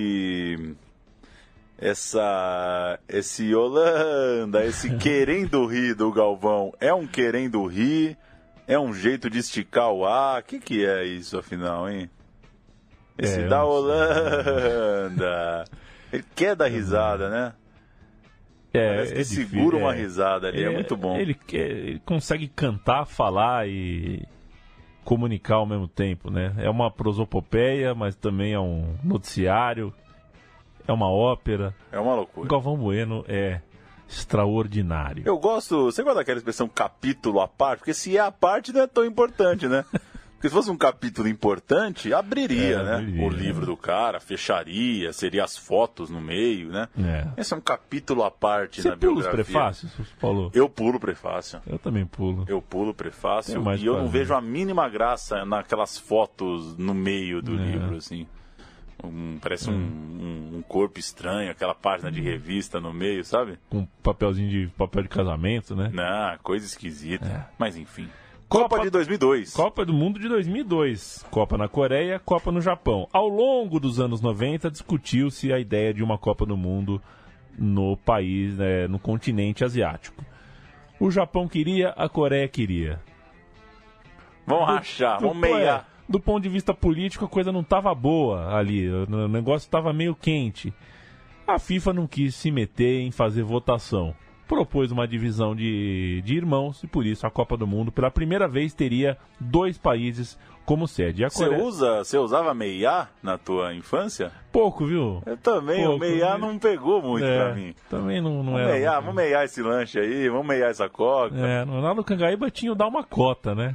esse Holanda, esse querendo rir do Galvão, é um querendo rir? É um jeito de esticar o ar? O que é isso, afinal, hein? Esse da Holanda. Ele quer dar risada, né? Parece que segura uma risada ali, é muito bom. Ele consegue cantar, falar e comunicar ao mesmo tempo, né? É uma prosopopeia, mas também é um noticiário, é uma ópera. É uma loucura. Galvão Bueno é extraordinário. Eu gosto... Você gosta daquela expressão capítulo à parte? Porque se é à parte não é tão importante, né? Porque se fosse um capítulo importante, abriria, né? O livro do cara, fecharia, seria as fotos no meio, né? Esse é um capítulo à parte na biografia. Você pula os prefácios, Paulo? Eu pulo o prefácio. Eu também pulo. Eu pulo o prefácio e eu não vejo a mínima graça naquelas fotos no meio do livro, assim. Parece um corpo estranho, aquela página de revista no meio, sabe? Com papel de casamento, né? Não, coisa esquisita. Mas enfim. Copa de 2002. Copa do Mundo de 2002. Copa na Coreia, Copa no Japão. Ao longo dos anos 90, discutiu-se a ideia de uma Copa do Mundo no país, no continente asiático. O Japão queria, a Coreia queria. Vamos rachar, vamos meiar. Do ponto de vista político, a coisa não estava boa ali. O negócio estava meio quente. A FIFA não quis se meter em fazer votação. Propôs uma divisão de irmãos e por isso a Copa do Mundo pela primeira vez teria 2 países como sede. Você usava meiá na tua infância? Pouco, viu? Eu também, o meiá não pegou muito pra mim. Também não era. Vamos meiar esse lanche aí, vamos meiar essa coca. Lá no Cangaíba tinha o Dá Uma Cota, né?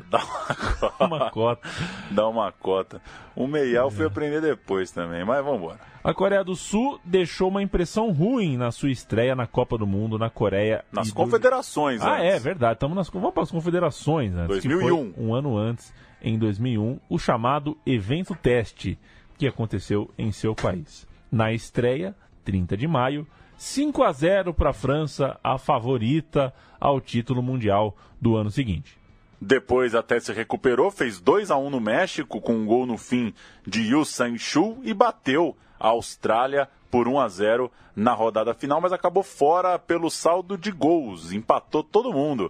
Dá uma cota. O meiá eu fui aprender depois também, mas vamos embora. A Coreia do Sul deixou uma impressão ruim na sua estreia na Copa do Mundo na Coreia. Nas confederações, é verdade. Vamos para as confederações, né? 2001. Que foi um ano antes, em 2001, o chamado Evento Teste, que aconteceu em seu país. Na estreia, 30 de maio, 5-0 para a França, a favorita ao título mundial do ano seguinte. Depois até se recuperou, fez 2-1 no México, com um gol no fim de Yu Sang-chul e bateu a Austrália por 1-0 na rodada final, mas acabou fora pelo saldo de gols, empatou todo mundo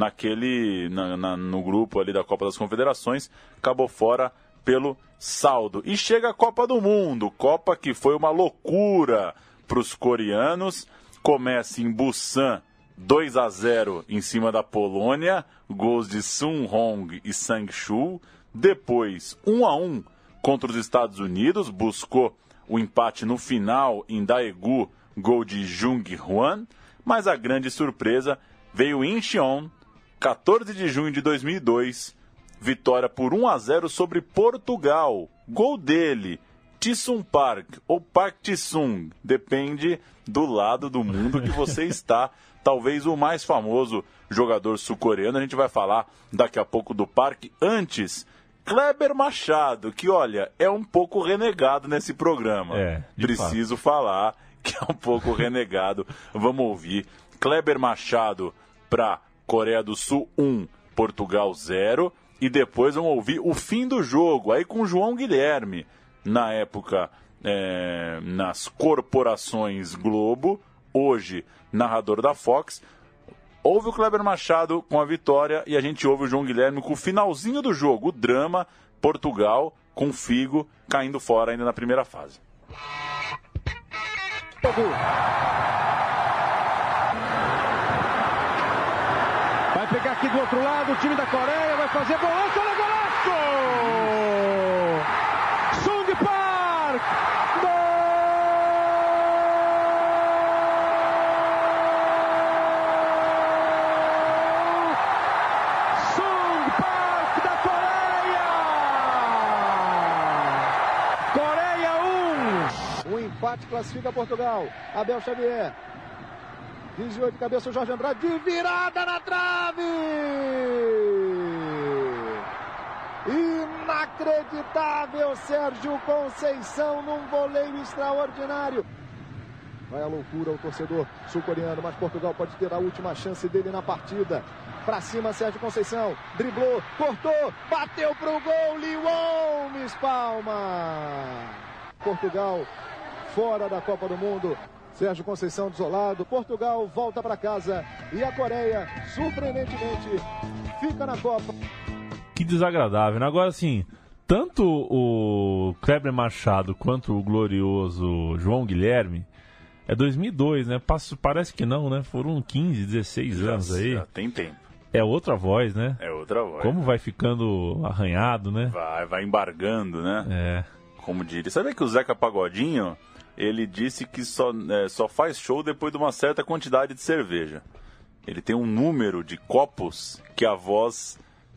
no grupo ali da Copa das Confederações, acabou fora pelo saldo. E chega a Copa do Mundo, Copa que foi uma loucura para os coreanos, começa em Busan, 2-0 em cima da Polônia, gols de Sun Hong e Sang-chul, depois 1-1 contra os Estados Unidos, buscou o empate no final em Daegu, gol de Jung Hwan, mas a grande surpresa veio em Incheon, 14 de junho de 2002, vitória por 1-0 sobre Portugal, gol dele, Jisung Park ou Park Ji-sung, depende do lado do mundo que você está, talvez o mais famoso jogador sul-coreano, a gente vai falar daqui a pouco do Park, antes... Kleber Machado, que olha, é um pouco renegado nesse programa. Preciso falar que é um pouco renegado. Vamos ouvir. Kleber Machado para Coreia do Sul 1, Portugal 0. E depois vamos ouvir o fim do jogo, aí com João Guilherme. Na época, nas corporações Globo, hoje narrador da Fox. Ouve o Kleber Machado com a vitória e a gente ouve o João Guilherme com o finalzinho do jogo, o drama, Portugal com Figo caindo fora ainda na primeira fase. Vai pegar aqui do outro lado o time da Coreia, vai fazer golaço, olha golaço! Sung Park! Empate classifica Portugal. Abel Xavier. 18 cabeça o Jorge Andrade. De virada na trave! Inacreditável Sérgio Conceição num voleio extraordinário. Vai a loucura o torcedor sul-coreano, mas Portugal pode ter a última chance dele na partida. Pra cima Sérgio Conceição. Driblou, cortou, bateu pro gol. Lyon espalma. Portugal fora da Copa do Mundo. Sérgio Conceição desolado. Portugal volta para casa. E a Coreia, surpreendentemente, fica na Copa. Que desagradável, né? Agora, assim, tanto o Kleber Machado quanto o glorioso João Guilherme É 2002, né? Parece que não, né? Foram 15, 16 anos aí. Já tem tempo. É outra voz, né? É outra voz. Como vai ficando arranhado, né? Vai embargando, né? Como diria. Sabe que o Zeca Pagodinho, ele disse que só faz show depois de uma certa quantidade de cerveja. Ele tem um número de copos que a voz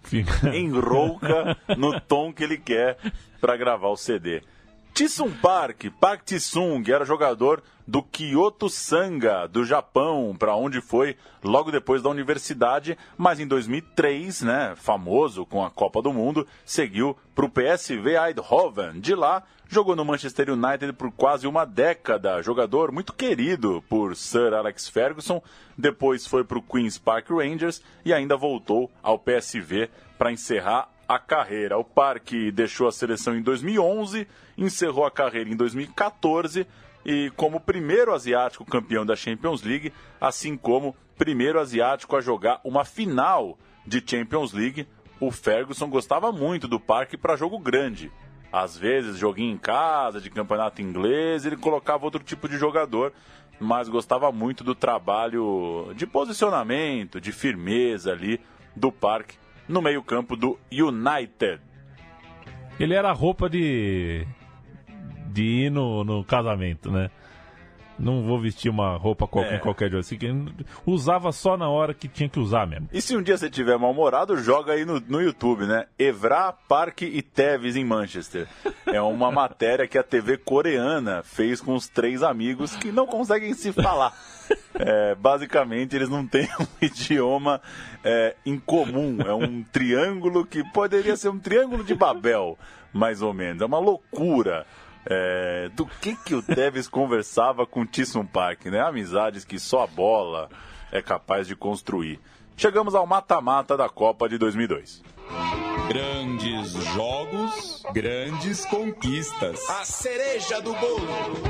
enrouca no tom que ele quer para gravar o CD. Tisung Park Tisung, era jogador do Kyoto Sanga, do Japão, para onde foi logo depois da universidade, mas em 2003, né, famoso com a Copa do Mundo, seguiu para o PSV Eindhoven. De lá, jogou no Manchester United por quase uma década, jogador muito querido por Sir Alex Ferguson, depois foi para o Queen's Park Rangers e ainda voltou ao PSV para encerrar a carreira. O Parque deixou a seleção em 2011, encerrou a carreira em 2014 e como primeiro asiático campeão da Champions League, assim como primeiro asiático a jogar uma final de Champions League. O Ferguson gostava muito do Parque para jogo grande. Às vezes, joguinho em casa, de campeonato inglês, ele colocava outro tipo de jogador, mas gostava muito do trabalho de posicionamento, de firmeza ali do Parque no meio-campo do United. Ele era a roupa de ir no casamento, né? Não vou vestir uma roupa qualquer de assim, que usava só na hora que tinha que usar mesmo. E se um dia você tiver mal-humorado, joga aí no YouTube, né? Evra, Parque e Tevez em Manchester. É uma matéria que a TV coreana fez com os 3 amigos que não conseguem se falar. Basicamente, eles não têm um idioma em comum. É um triângulo que poderia ser um triângulo de Babel, mais ou menos. É uma loucura. Do que o Tevez conversava com o Tisung Park, né? Amizades que só a bola é capaz de construir. Chegamos ao mata-mata da Copa de 2002. Grandes jogos, grandes conquistas. A cereja do bolo.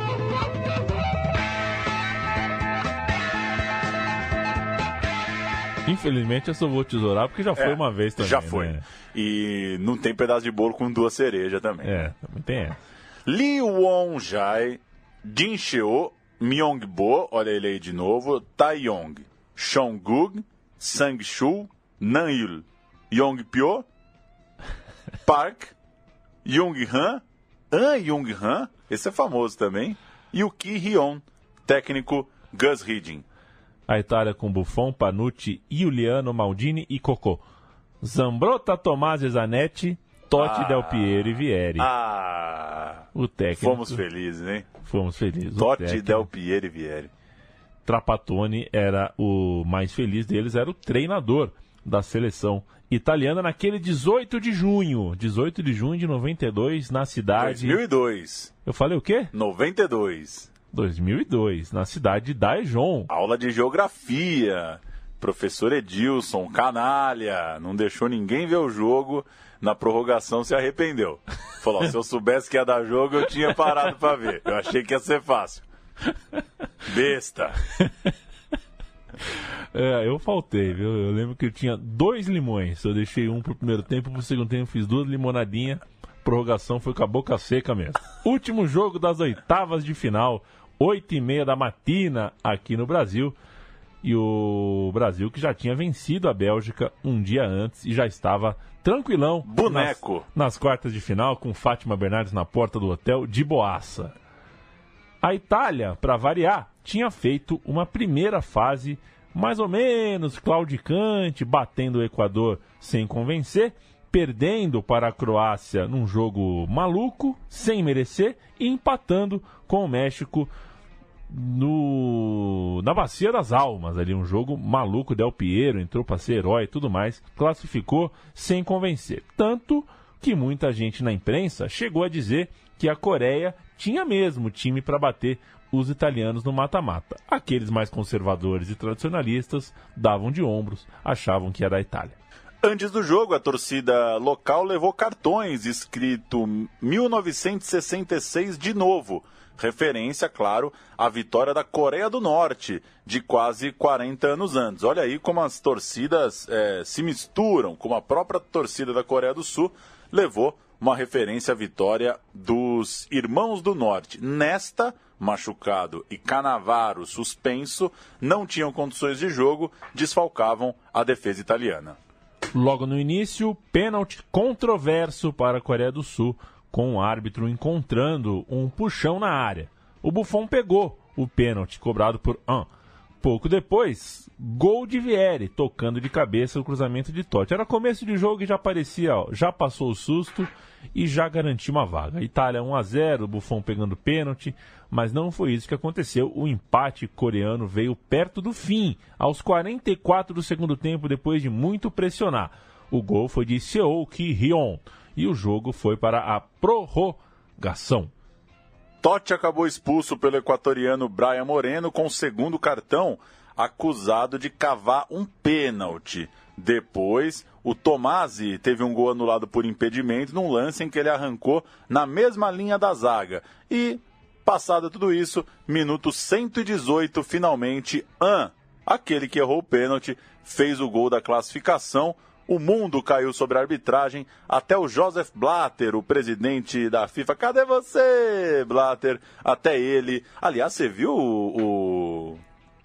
Infelizmente eu só vou tesourar porque já foi uma vez também. Já foi. Né? E não tem pedaço de bolo com 2 cerejas também. Também tem essa. Lee Won-jae, Jin Cheo, Myung-bo, olha ele aí de novo, Taeyong, Chong-guk, Sang-chul, Nan-il, Yong-pyo, Park, Jung-han, An Jung-han, esse é famoso também, e o Ki-hyon, técnico Gus Hiddink. A Itália com Buffon, Panucci, Giuliano, Maldini e Cocò. Zambrotta, Tomasi, Zanetti, Totti, Del Piero e Vieri. O técnico. Fomos felizes, hein? Fomos felizes. Totti, Del Piero e Vieri. Trapattoni era o mais feliz deles, era o treinador da seleção italiana naquele 18 de junho de 92, na cidade... 2002. Eu falei o quê? 92. 2002, na cidade de Daejeon. Aula de geografia. Professor Edilson, canalha, não deixou ninguém ver o jogo, na prorrogação se arrependeu. Falou, se eu soubesse que ia dar jogo, eu tinha parado pra ver. Eu achei que ia ser fácil. Besta. Eu faltei, viu? Eu lembro que eu tinha 2 limões. Eu deixei um pro primeiro tempo, pro segundo tempo fiz 2 limonadinhas. Prorrogação foi com a boca seca mesmo. Último jogo das oitavas de final, 8h30 da matina aqui no Brasil. E o Brasil que já tinha vencido a Bélgica um dia antes e já estava tranquilão. Boneco. Nas quartas de final, com Fátima Bernardes na porta do hotel de boaça. A Itália, para variar, tinha feito uma primeira fase mais ou menos claudicante, batendo o Equador sem convencer, perdendo para a Croácia num jogo maluco, sem merecer, e empatando com o México na Bacia das Almas, ali um jogo maluco. Del Piero entrou para ser herói e tudo mais, classificou sem convencer. Tanto que muita gente na imprensa chegou a dizer que a Coreia tinha mesmo time para bater os italianos no mata-mata. Aqueles mais conservadores e tradicionalistas davam de ombros, achavam que era a Itália. Antes do jogo, a torcida local levou cartões escrito 1966 de novo. Referência, claro, à vitória da Coreia do Norte, de quase 40 anos antes. Olha aí como as torcidas se misturam, como a própria torcida da Coreia do Sul levou uma referência à vitória dos Irmãos do Norte. Nesta, machucado e Cannavaro suspenso, não tinham condições de jogo, desfalcavam a defesa italiana. Logo no início, pênalti controverso para a Coreia do Sul, com o árbitro encontrando um puxão na área. O Buffon pegou o pênalti cobrado por An. Pouco depois, gol de Vieri, tocando de cabeça o cruzamento de Totti. Era começo de jogo e já parecia, já passou o susto e já garantiu uma vaga. Itália 1-0, Buffon pegando pênalti, mas não foi isso que aconteceu. O empate coreano veio perto do fim, aos 44 do segundo tempo, depois de muito pressionar. O gol foi de Seo Ki-hyun e o jogo foi para a prorrogação. Totti acabou expulso pelo equatoriano Brian Moreno com o segundo cartão, acusado de cavar um pênalti. Depois, o Tomasi teve um gol anulado por impedimento num lance em que ele arrancou na mesma linha da zaga. E, passado tudo isso, minuto 118, finalmente, An, aquele que errou o pênalti, fez o gol da classificação. O mundo caiu sobre a arbitragem, até o Joseph Blatter, o presidente da FIFA. Cadê você, Blatter? Até ele. Aliás, você viu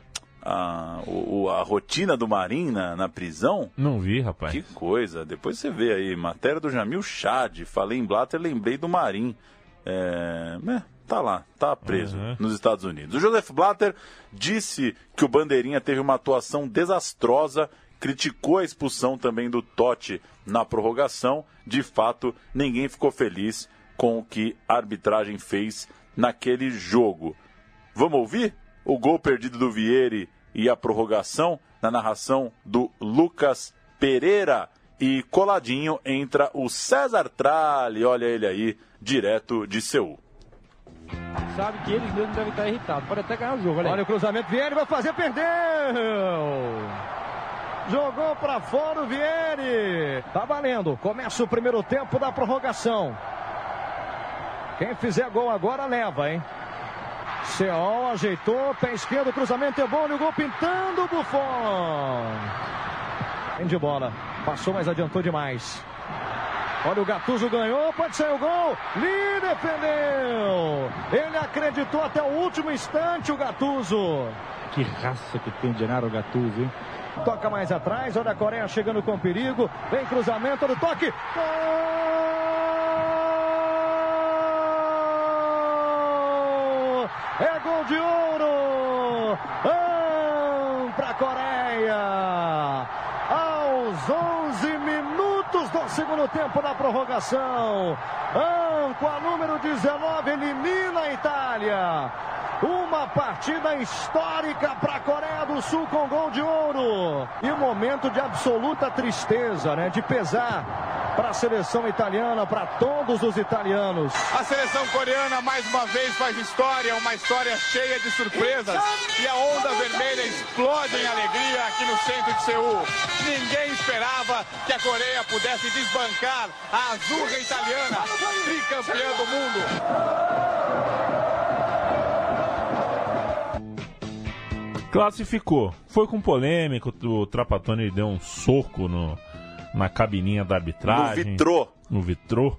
a rotina do Marim na prisão? Não vi, rapaz. Que coisa. Depois você vê aí. Matéria do Jamil Chad. Falei em Blatter, lembrei do Marim. Tá lá, tá preso nos Estados Unidos. O Joseph Blatter disse que o Bandeirinha teve uma atuação desastrosa, criticou a expulsão também do Totti na prorrogação. De fato, ninguém ficou feliz com o que a arbitragem fez naquele jogo. Vamos ouvir o gol perdido do Vieri e a prorrogação na narração do Lucas Pereira. E coladinho entra o César Tralli, olha ele aí, direto de Seul. Sabe que eles mesmos devem estar irritados, pode até ganhar o jogo. Olha o cruzamento, Vieri vai fazer, perdeu! Jogou para fora o Vieri. Tá valendo. Começa o primeiro tempo da prorrogação. Quem fizer gol agora leva, hein? Seol ajeitou, pé esquerdo, cruzamento é bom, e o gol pintando o Buffon. Tem de bola. Passou, mas adiantou demais. Olha, o Gattuso ganhou, pode sair o gol. Lee defendeu. Ele acreditou até o último instante, o Gattuso. Que raça que tem Gennaro Gattuso, hein? Toca mais atrás, olha a Coreia chegando com perigo. Vem cruzamento, olha o toque. Gol! É gol de ouro! Para a Coreia! Aos 11 minutos do segundo tempo da prorrogação. Com a número 19 elimina a Itália. Uma partida histórica para a Coreia do Sul com gol de ouro. E um momento de absoluta tristeza, né? De pesar para a seleção italiana, para todos os italianos. A seleção coreana mais uma vez faz história, uma história cheia de surpresas. E a onda vermelha explode em alegria aqui no centro de Seul. Ninguém esperava que a Coreia pudesse desbancar a azurra italiana, tricampeã do mundo. Classificou. Foi com polêmica, o Trapattoni deu um soco na cabininha da arbitragem. No vitrô.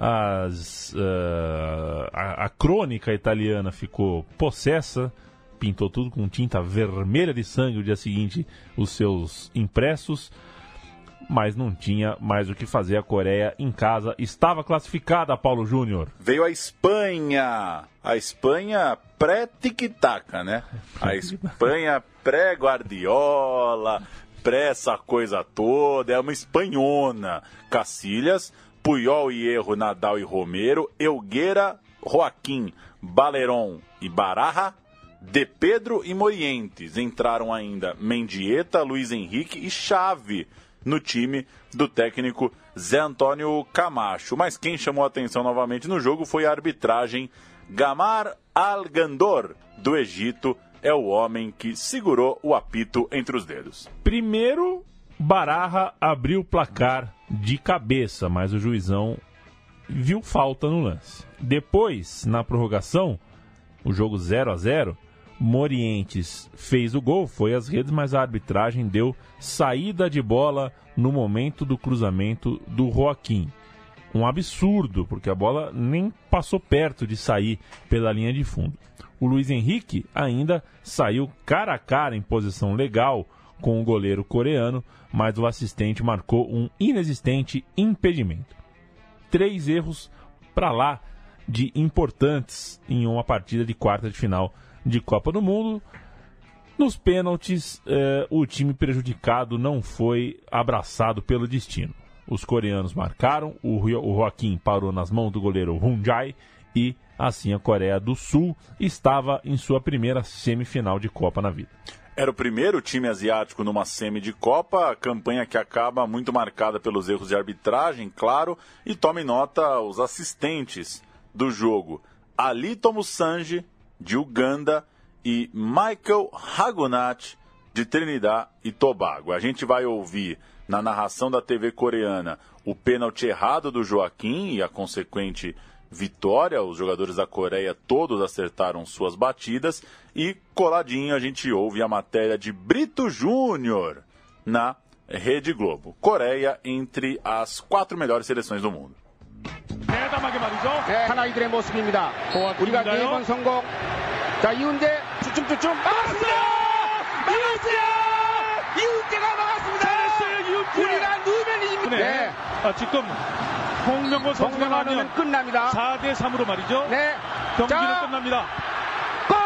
A crônica italiana ficou possessa, pintou tudo com tinta vermelha de sangue o dia seguinte, os seus impressos, mas não tinha mais o que fazer. A Coreia em casa estava classificada, Paulo Júnior. Veio a Espanha pré-tic-tac, né? A Espanha pré-Guardiola, pré essa coisa toda, é uma espanhona. Cacilhas, Puyol e Hierro, Nadal e Romero, Elguera, Joaquim, Baleron e Baraja, De Pedro e Morientes. Entraram ainda Mendieta, Luiz Henrique e Xavi no time do técnico Zé Antônio Camacho. Mas quem chamou a atenção novamente no jogo foi a arbitragem. Gamar Al-Gandor, do Egito, é o homem que segurou o apito entre os dedos. Primeiro, Baraja abriu o placar de cabeça, mas o juizão viu falta no lance. Depois, na prorrogação, o jogo 0-0, Morientes fez o gol, foi às redes, mas a arbitragem deu saída de bola no momento do cruzamento do Joaquim. um absurdo, porque a bola nem passou perto de sair pela linha de fundo. O Luiz Henrique ainda saiu cara a cara em posição legal com o goleiro coreano, mas o assistente marcou um inexistente impedimento. 3 erros para lá de importantes em uma partida de quarta de final de Copa do Mundo. Nos pênaltis, o time prejudicado não foi abraçado pelo destino. Os coreanos marcaram, o Joaquim parou nas mãos do goleiro Hun Jae e assim a Coreia do Sul estava em sua primeira semifinal de Copa na vida. Era o primeiro time asiático numa semi de Copa, campanha que acaba muito marcada pelos erros de arbitragem, claro, e tome nota os assistentes do jogo. Ali Tomusanji, de Uganda, e Michael Hagunat, de Trinidad e Tobago. A gente vai ouvir na narração da TV coreana o pênalti errado do Joaquim e a consequente vitória. Os jogadores da Coreia todos acertaram suas batidas e coladinho a gente ouve a matéria de Brito Júnior na Rede Globo. Coreia entre as 4 melhores seleções do 무ndo. 대담하게 말이죠. 네, 하나 이들의 모습입니다. 우리가 4번 성공. 자, 이훈재 쭈쭈쭈쭈 막았습니다. 이훈재가 막았습니다. 우리가 누우면 이깁니다. 네. 지금 홍명보 선수가 나오면 끝납니다. 4대 3으로 말이죠. 네. 경기는 끝납니다. 골!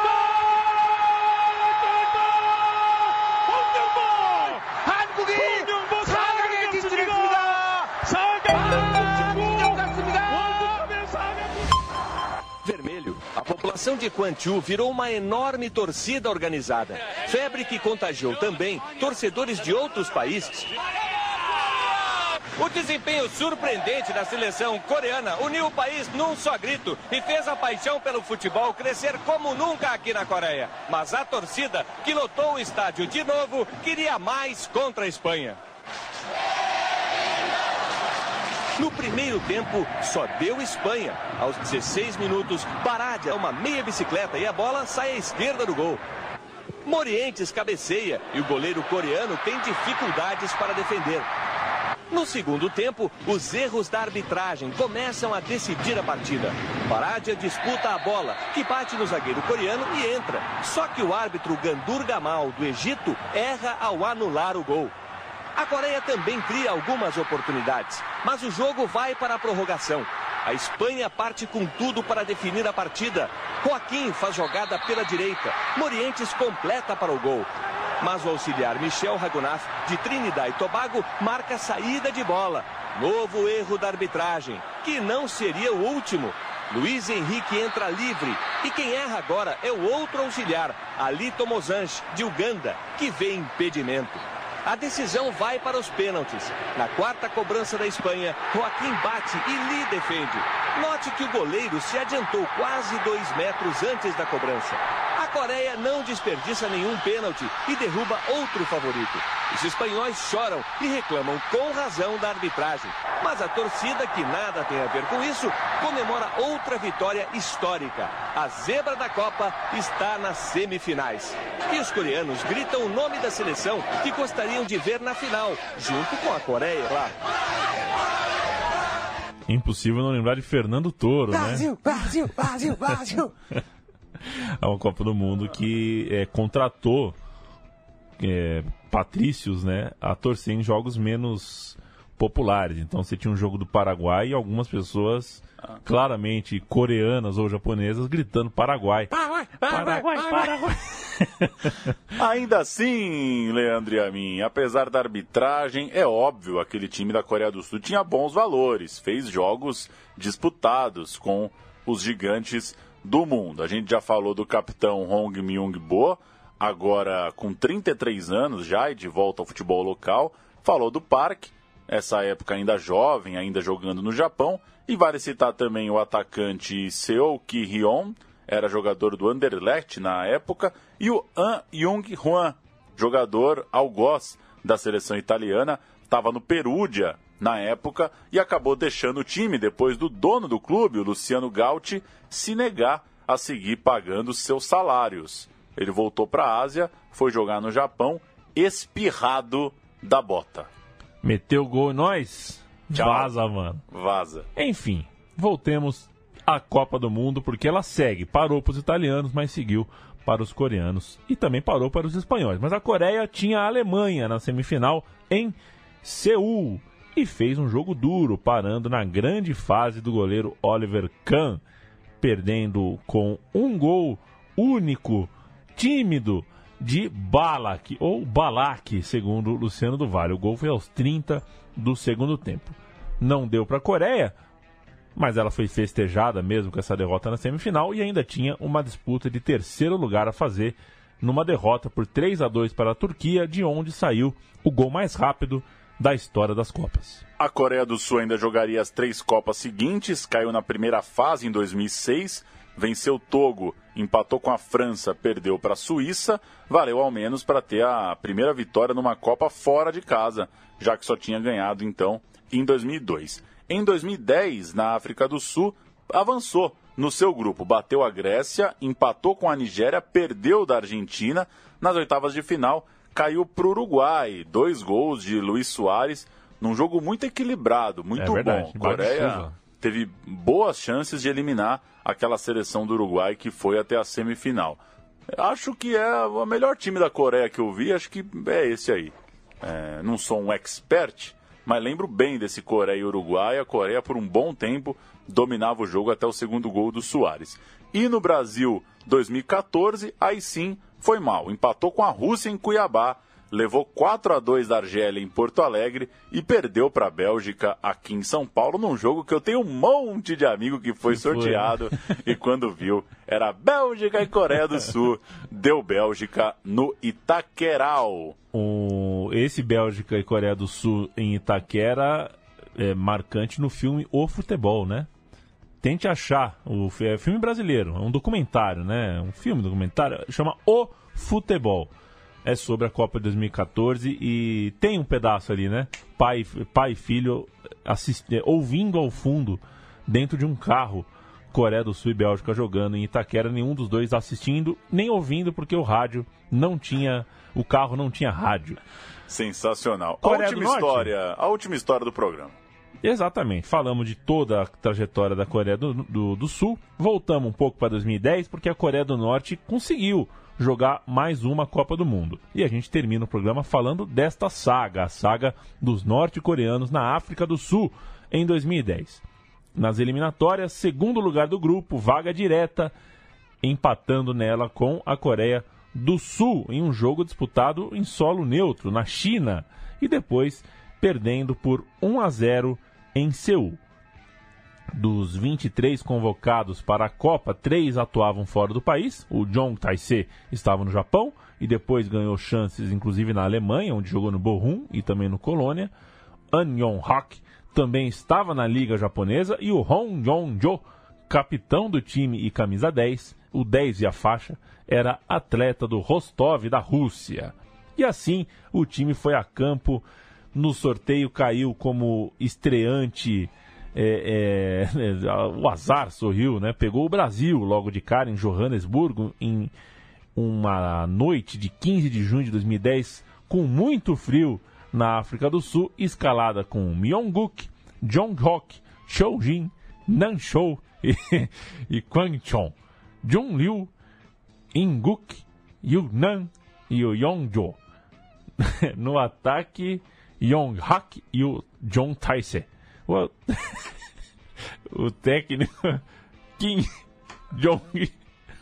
홍명보! 한국이 4강에 진출했습니다. 4강 진출했습니다. Vermelho, a população de Quantiu virou uma enorme torcida organizada. Febre que contagiou também torcedores de outros países. O desempenho surpreendente da seleção coreana uniu o país num só grito e fez a paixão pelo futebol crescer como nunca aqui na Coreia. Mas a torcida, que lotou o estádio de novo, queria mais contra a Espanha. No primeiro tempo, só deu Espanha. Aos 16 minutos, Baradia, uma meia bicicleta e a bola sai à esquerda do gol. Morientes cabeceia e o goleiro coreano tem dificuldades para defender. No segundo tempo, os erros da arbitragem começam a decidir a partida. Baradia disputa a bola, que bate no zagueiro coreano e entra. Só que o árbitro Gandur Gamal, do Egito, erra ao anular o gol. A Coreia também cria algumas oportunidades, mas o jogo vai para a prorrogação. A Espanha parte com tudo para definir a partida. Joaquim faz jogada pela direita. Morientes completa para o gol. Mas o auxiliar Michel Hagunaf, de Trinidad e Tobago, marca a saída de bola. Novo erro da arbitragem, que não seria o último. Luiz Henrique entra livre e quem erra agora é o outro auxiliar, Ali Tomusanji, de Uganda, que vê impedimento. A decisão vai para os pênaltis. Na quarta cobrança da Espanha, Joaquim bate e Lee defende. Note que o goleiro se adiantou quase 2 metros antes da cobrança. A Coreia não desperdiça nenhum pênalti e derruba outro favorito. Os espanhóis choram e reclamam com razão da arbitragem. Mas a torcida, que nada tem a ver com isso, comemora outra vitória histórica. A zebra da Copa está nas semifinais. E os coreanos gritam o nome da seleção que gostariam de ver na final, junto com a Coreia, claro. Impossível não lembrar de Fernando Toro, Brasil, né? Brasil, Brasil, Brasil. É uma Copa do Mundo que contratou patrícios, né, a torcer em jogos menos populares. Então você tinha um jogo do Paraguai e algumas pessoas claramente coreanas ou japonesas gritando Paraguai. Paraguai, Paraguai, Paraguai. Ainda assim, Leandro e a mim, apesar da arbitragem, é óbvio, aquele time da Coreia do Sul tinha bons valores, fez jogos disputados com os gigantes do mundo. A gente já falou do capitão Hong Myung-bo, agora com 33 anos já e de volta ao futebol local. Falou do Park, essa época ainda jovem, ainda jogando no Japão. E vale citar também o atacante Seo Ki-hyun, era jogador do Anderlecht na época, e o An Jung-hwan, jogador algoz da seleção italiana, estava no Perugia na época e acabou deixando o time depois do dono do clube, o Luciano Gauchi, se negar a seguir pagando seus salários. Ele voltou para a Ásia, foi jogar no Japão, espirrado da bota. Meteu gol em nós? Tchau. Vaza, mano. Vaza. Enfim, voltemos à Copa do Mundo, porque ela segue. Parou para os italianos, mas seguiu para os coreanos e também parou para os espanhóis. Mas a Coreia tinha a Alemanha na semifinal em Seul e fez um jogo duro, parando na grande fase do goleiro Oliver Kahn, perdendo com um gol único, tímido, de Balak, ou Balak, segundo Luciano do Vale. O gol foi aos 30 do segundo tempo. Não deu para a Coreia, mas ela foi festejada mesmo com essa derrota na semifinal e ainda tinha uma disputa de terceiro lugar a fazer numa derrota por 3-2 para a Turquia, de onde saiu o gol mais rápido da história das Copas. A Coreia do Sul ainda jogaria as 3 Copas seguintes, caiu na primeira fase em 2006, venceu Togo, empatou com a França, perdeu para a Suíça, valeu ao menos para ter a primeira vitória numa Copa fora de casa, já que só tinha ganhado então em 2002. Em 2010, na África do Sul, avançou no seu grupo, bateu a Grécia, empatou com a Nigéria, perdeu da Argentina, nas oitavas de final caiu para o Uruguai, 2 gols de Luis Soares, num jogo muito equilibrado, muito bom. A Coreia teve boas chances de eliminar aquela seleção do Uruguai que foi até a semifinal. Acho que é o melhor time da Coreia que eu vi, acho que é esse aí. Não sou um expert, mas lembro bem desse Coreia e Uruguai. A Coreia, por um bom tempo, dominava o jogo até o segundo gol do Soares. E no Brasil, 2014, aí sim foi mal. Empatou com a Rússia em Cuiabá, levou 4-2 da Argélia em Porto Alegre e perdeu para a Bélgica aqui em São Paulo, num jogo que eu tenho um monte de amigo que foi sorteado e quando viu era Bélgica e Coreia do Sul. Deu Bélgica no Itaqueral. Esse Bélgica e Coreia do Sul em Itaquera é marcante no filme O Futebol, né? Tente achar, é filme brasileiro, é um documentário, né? Um filme documentário, chama O Futebol. É sobre a Copa de 2014 e tem um pedaço ali, né? Pai e filho ouvindo ao fundo, dentro de um carro, Coreia do Sul e Bélgica jogando em Itaquera, nenhum dos dois assistindo, nem ouvindo, porque o rádio não tinha, o carro não tinha rádio. Sensacional. A última história do programa. Exatamente, falamos de toda a trajetória da Coreia do Sul, voltamos um pouco para 2010, porque a Coreia do Norte conseguiu jogar mais uma Copa do Mundo. E a gente termina o programa falando desta saga, a saga dos norte-coreanos na África do Sul, em 2010. Nas eliminatórias, segundo lugar do grupo, vaga direta, empatando nela com a Coreia do Sul, em um jogo disputado em solo neutro, na China, e depois perdendo por 1-0 em Seul. Dos 23 convocados para a Copa, 3 atuavam fora do país. O Jong Tae-se estava no Japão e depois ganhou chances, inclusive na Alemanha, onde jogou no Bochum e também no Colônia. An Yong-hak também estava na Liga Japonesa e o Hong Yong-jo, capitão do time e camisa 10, o 10 e a faixa, era atleta do Rostov da Rússia. E assim o time foi a campo. No sorteio caiu como estreante, o azar sorriu, né? Pegou o Brasil logo de cara em Johannesburgo, em uma noite de 15 de junho de 2010, com muito frio na África do Sul, escalada com Myong-guk, Jong-hok, Cho-jin, Nan-chou e Kwang-chon, Jung-liu, In-guk, Yu-nan e o Yong-jo. No ataque, Yong-hak e o Jong Tae-se. O técnico Kim Jong.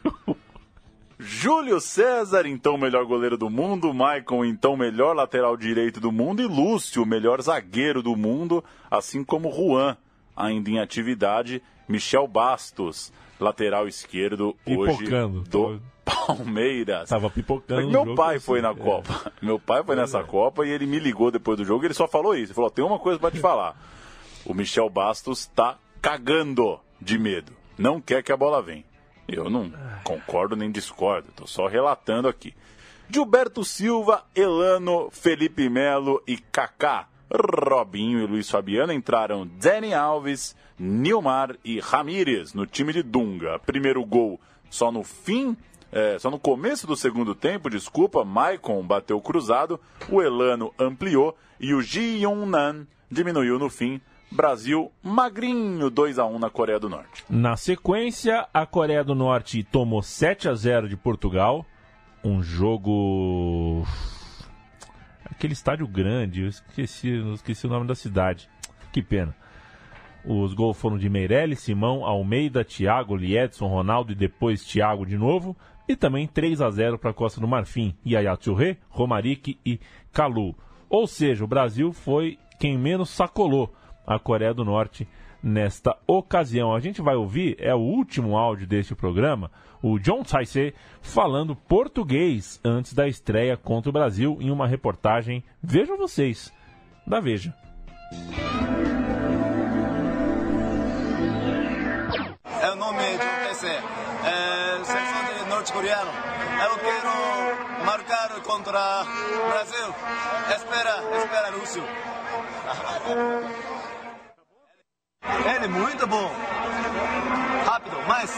Júlio César, então melhor goleiro do mundo, Maicon, então melhor lateral direito do mundo, e Lúcio, melhor zagueiro do mundo, assim como Juan, ainda em atividade, Michel Bastos, lateral esquerdo hoje do Palmeiras. Tava pipocando. Meu pai foi na Copa. Meu pai foi nessa Copa e ele me ligou depois do jogo e ele só falou isso. Ele falou, tem uma coisa pra te falar. O Michel Bastos tá cagando de medo. Não quer que a bola venha. Eu não concordo nem discordo. Tô só relatando aqui. Gilberto Silva, Elano, Felipe Melo e Kaká. Robinho e Luiz Fabiano entraram Dani Alves, Nilmar e Ramírez no time de Dunga. Primeiro gol só no começo do segundo tempo, Maicon bateu cruzado, o Elano ampliou e o Ji Yong-nan diminuiu no fim Brasil magrinho 2-1 na Coreia do Norte. Na sequência, a Coreia do Norte tomou 7-0 de Portugal. Um jogo... Aquele estádio grande, eu esqueci o nome da cidade. Que pena. Os gols foram de Meirelles, Simão, Almeida, Thiago, Liedson, Ronaldo e depois Thiago de novo. E também 3-0 para a Costa do Marfim. Yaya Touré, Romaric e Kalou. Ou seja, o Brasil foi quem menos sacolou a Coreia do Norte nesta ocasião. A gente vai ouvir, é o último áudio deste programa, o John Saisei falando português antes da estreia contra o Brasil em uma reportagem, vejam vocês, da Veja. É o nome de um PC, seleção de norte-coreano. Eu quero marcar contra o Brasil. Espera, Lúcio. Ele é muito bom. Rápido, mas...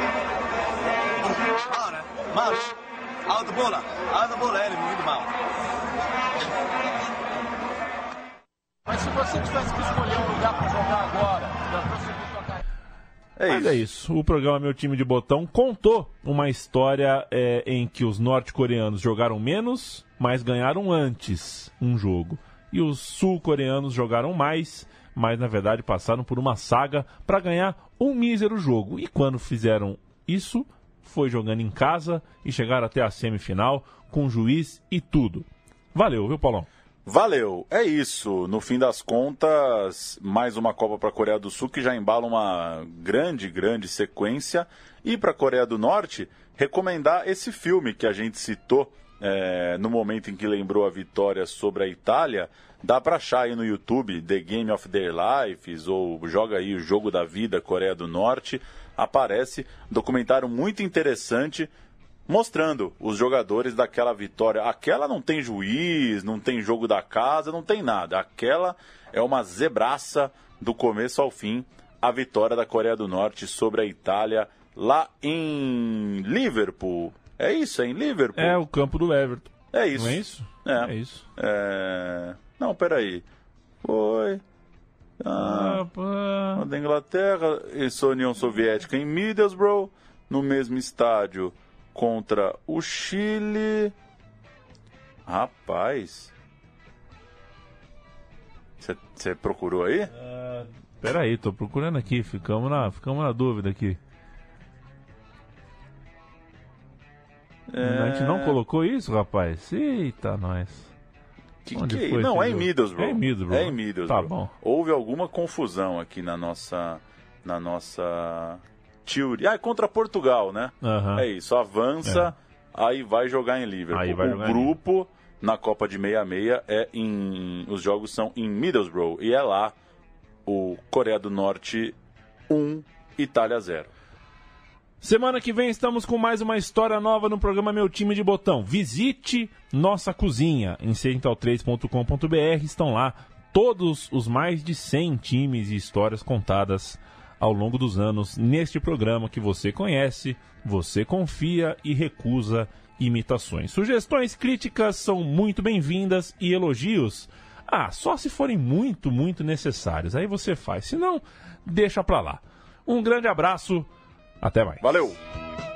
Mal, né? Alto bola, ele é muito mal. Mas se você tivesse que escolher um lugar para jogar agora, É isso. O programa Meu Time de Botão contou uma história em que os norte-coreanos jogaram menos, mas ganharam antes um jogo. E os sul-coreanos jogaram mais, mas na verdade passaram por uma saga para ganhar um mísero jogo. E quando fizeram isso, foi jogando em casa e chegaram até a semifinal com juiz e tudo. Valeu, viu, Paulão? Valeu, é isso. No fim das contas, mais uma Copa para a Coreia do Sul que já embala uma grande sequência. E para a Coreia do Norte, recomendar esse filme que a gente citou no momento em que lembrou a vitória sobre a Itália. Dá para achar aí no YouTube, The Game of Their Lives, ou joga aí o Jogo da Vida, Coreia do Norte. Aparece um documentário muito interessante mostrando os jogadores daquela vitória. Aquela não tem juiz, não tem jogo da casa, não tem nada. Aquela é uma zebraça do começo ao fim, a vitória da Coreia do Norte sobre a Itália lá em Liverpool. É isso, é em Liverpool? É o campo do Everton. É isso. Não é isso? É isso. Não, peraí. Foi... da Inglaterra, isso a União Soviética em Middlesbrough, no mesmo estádio contra o Chile. Rapaz, você procurou aí? Peraí, tô procurando aqui, ficamos na dúvida aqui. A gente não colocou isso, rapaz? Eita, nós. Onde foi? Não, é em Middlesbrough. É em Middlesbrough. É em Middlesbrough. Tá bom. Houve alguma confusão aqui na nossa teoria. É contra Portugal, né? Uhum. É isso, avança, aí vai jogar em Liverpool. O grupo na Copa de 66 os jogos são em Middlesbrough e é lá o Coreia do Norte 1, Itália 0. Semana que vem estamos com mais uma história nova no programa Meu Time de Botão. Visite nossa cozinha em central3.com.br. Estão lá todos os mais de 100 times e histórias contadas ao longo dos anos neste programa que você conhece, você confia e recusa imitações. Sugestões, críticas são muito bem-vindas e elogios, só se forem muito necessários. Aí você faz, se não, deixa pra lá. Um grande abraço. Até mais. Valeu!